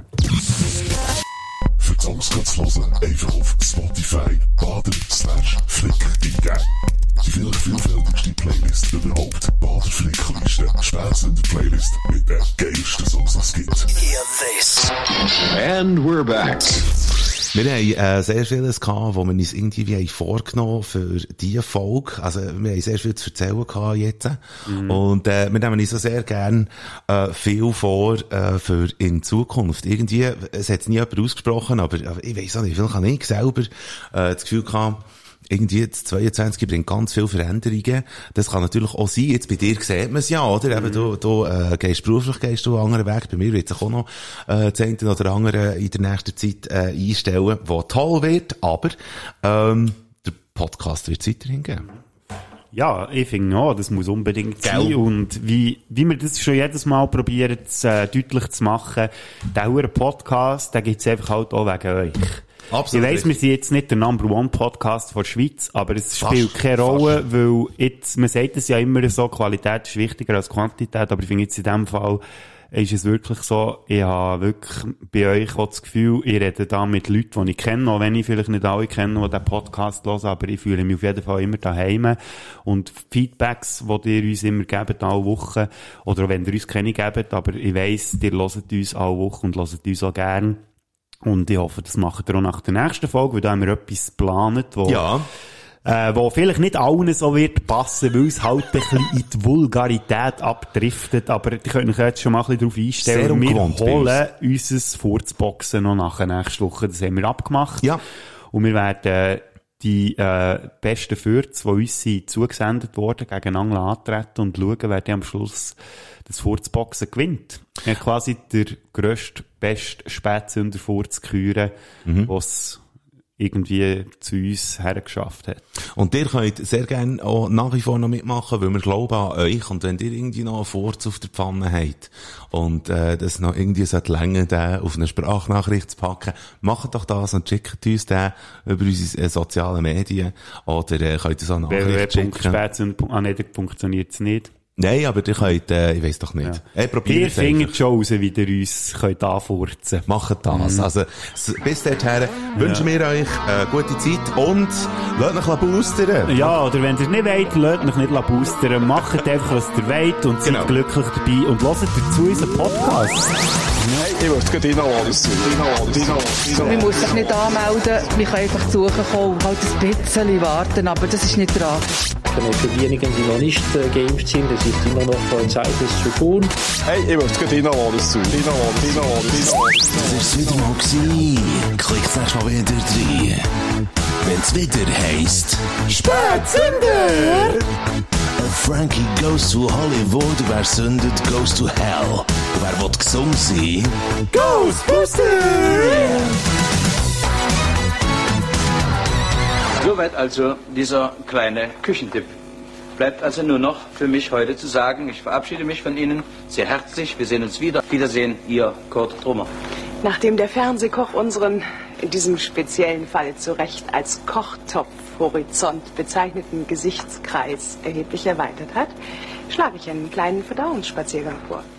Für die Songs zu hören, einfach auf Spotify Bader/Flick eingeben. Die vielleicht vielfältigste Playlist überhaupt. Bader-Flick-Liste. Spätestens in der Playlist mit den geilsten Songs, die es gibt. Hear this. And we're back. Wir haben sehr vieles gehabt, wo wir uns irgendwie vorgenommen für diese Folge. Also wir haben sehr viel zu erzählen gehabt jetzt. Und wir nehmen uns so sehr gern viel vor für in Zukunft. Irgendwie, es hat nie jemand ausgesprochen, aber ich weiss auch nicht, vielleicht habe ich selber das Gefühl gehabt, irgendwie jetzt 22 bringt ganz viele Veränderungen. Das kann natürlich auch sein. Jetzt bei dir sieht man es ja, oder? Eben, du gehst beruflich einen anderen Weg. Bei mir wird sich auch noch das eine oder andere in der nächsten Zeit einstellen, was toll wird. Aber der Podcast wird es weiterhin geben. Ja, ich finde auch, das muss unbedingt sein. Und wie wir das schon jedes Mal probieren, deutlich zu machen, der Podcast, den gibt's einfach halt auch wegen euch. Absolut. Ich weiss, wir sind jetzt nicht der Number-One-Podcast der Schweiz, aber es spielt keine Rolle, weil jetzt, man sagt es ja immer so, Qualität ist wichtiger als Quantität, aber ich finde jetzt in dem Fall ist es wirklich so, ich habe wirklich bei euch auch das Gefühl, ich rede da mit Leuten, die ich kenne, auch wenn ich vielleicht nicht alle kenne, die diesen Podcast hören, aber ich fühle mich auf jeden Fall immer daheim. Und Feedbacks, die ihr uns immer gebt, alle Wochen, oder wenn ihr uns keine gebt, aber ich weiss, ihr hört uns alle Wochen und hört uns auch gern. Und ich hoffe, das macht ihr auch nach der nächsten Folge, weil da haben wir etwas geplant, wo vielleicht nicht allen so wird passen, weil es halt ein bisschen in die Vulgarität abdriftet, aber die können euch jetzt schon mal ein bisschen darauf einstellen. Wir holen unser Furzboxen noch nach der nächsten Woche, das haben wir abgemacht. Ja. Und wir werden die besten Furz, die uns sind zugesendet wurden, gegeneinander antreten und schauen, wer dann am Schluss das Furzboxen gewinnt. Ja, quasi der grösste, beste Spätsünder-Furz küren, was irgendwie zu uns hergeschafft hat. Und ihr könnt sehr gerne auch nach wie vor noch mitmachen, weil wir glauben an euch. Und wenn ihr irgendwie noch einen Furz auf der Pfanne habt und das noch irgendwie länger den auf eine Sprachnachricht zu packen, macht doch das und schickt uns den über unsere sozialen Medien oder könnt ihr so eine Nachricht schicken. Nein, das funktioniert es nicht. Nein, aber ihr könnt, ich weiss doch nicht. Ja. Ihr findet schon raus, wie ihr uns könnt anfurzen. Macht das. Also, bis dorthin wünschen wir euch gute Zeit und lasst euch boostern. Ja, oder wenn ihr nicht wollt, lasst euch nicht boostern. Macht einfach, was ihr wollt und seid glücklich dabei und hört dazu unseren Podcast. Nein, ich möchte gerade alles Man muss sich nicht anmelden, man kann einfach suchen kommen und halt ein bisschen warten, aber das ist nicht dran. Für diejenigen, die noch nicht geimpft sind, es ist immer noch Zeit, es zu tun. Hey, ich möchte gerade alles zu. Das war es wieder mal gewesen. Klickt nächstes Mal wieder rein. Wenn es wieder heisst Spätzünder! Frankie goes to Hollywood, wer sündet goes to hell. Wer will gesund sein? Ghostbusters! Soweit also dieser kleine Küchentipp. Bleibt also nur noch für mich heute zu sagen, ich verabschiede mich von Ihnen sehr herzlich. Wir sehen uns wieder. Auf Wiedersehen, Ihr Kurt Trummer. Nachdem der Fernsehkoch unseren, in diesem speziellen Fall zu Recht als Kochtopf-Horizont bezeichneten Gesichtskreis erheblich erweitert hat, schlage ich einen kleinen Verdauungsspaziergang vor.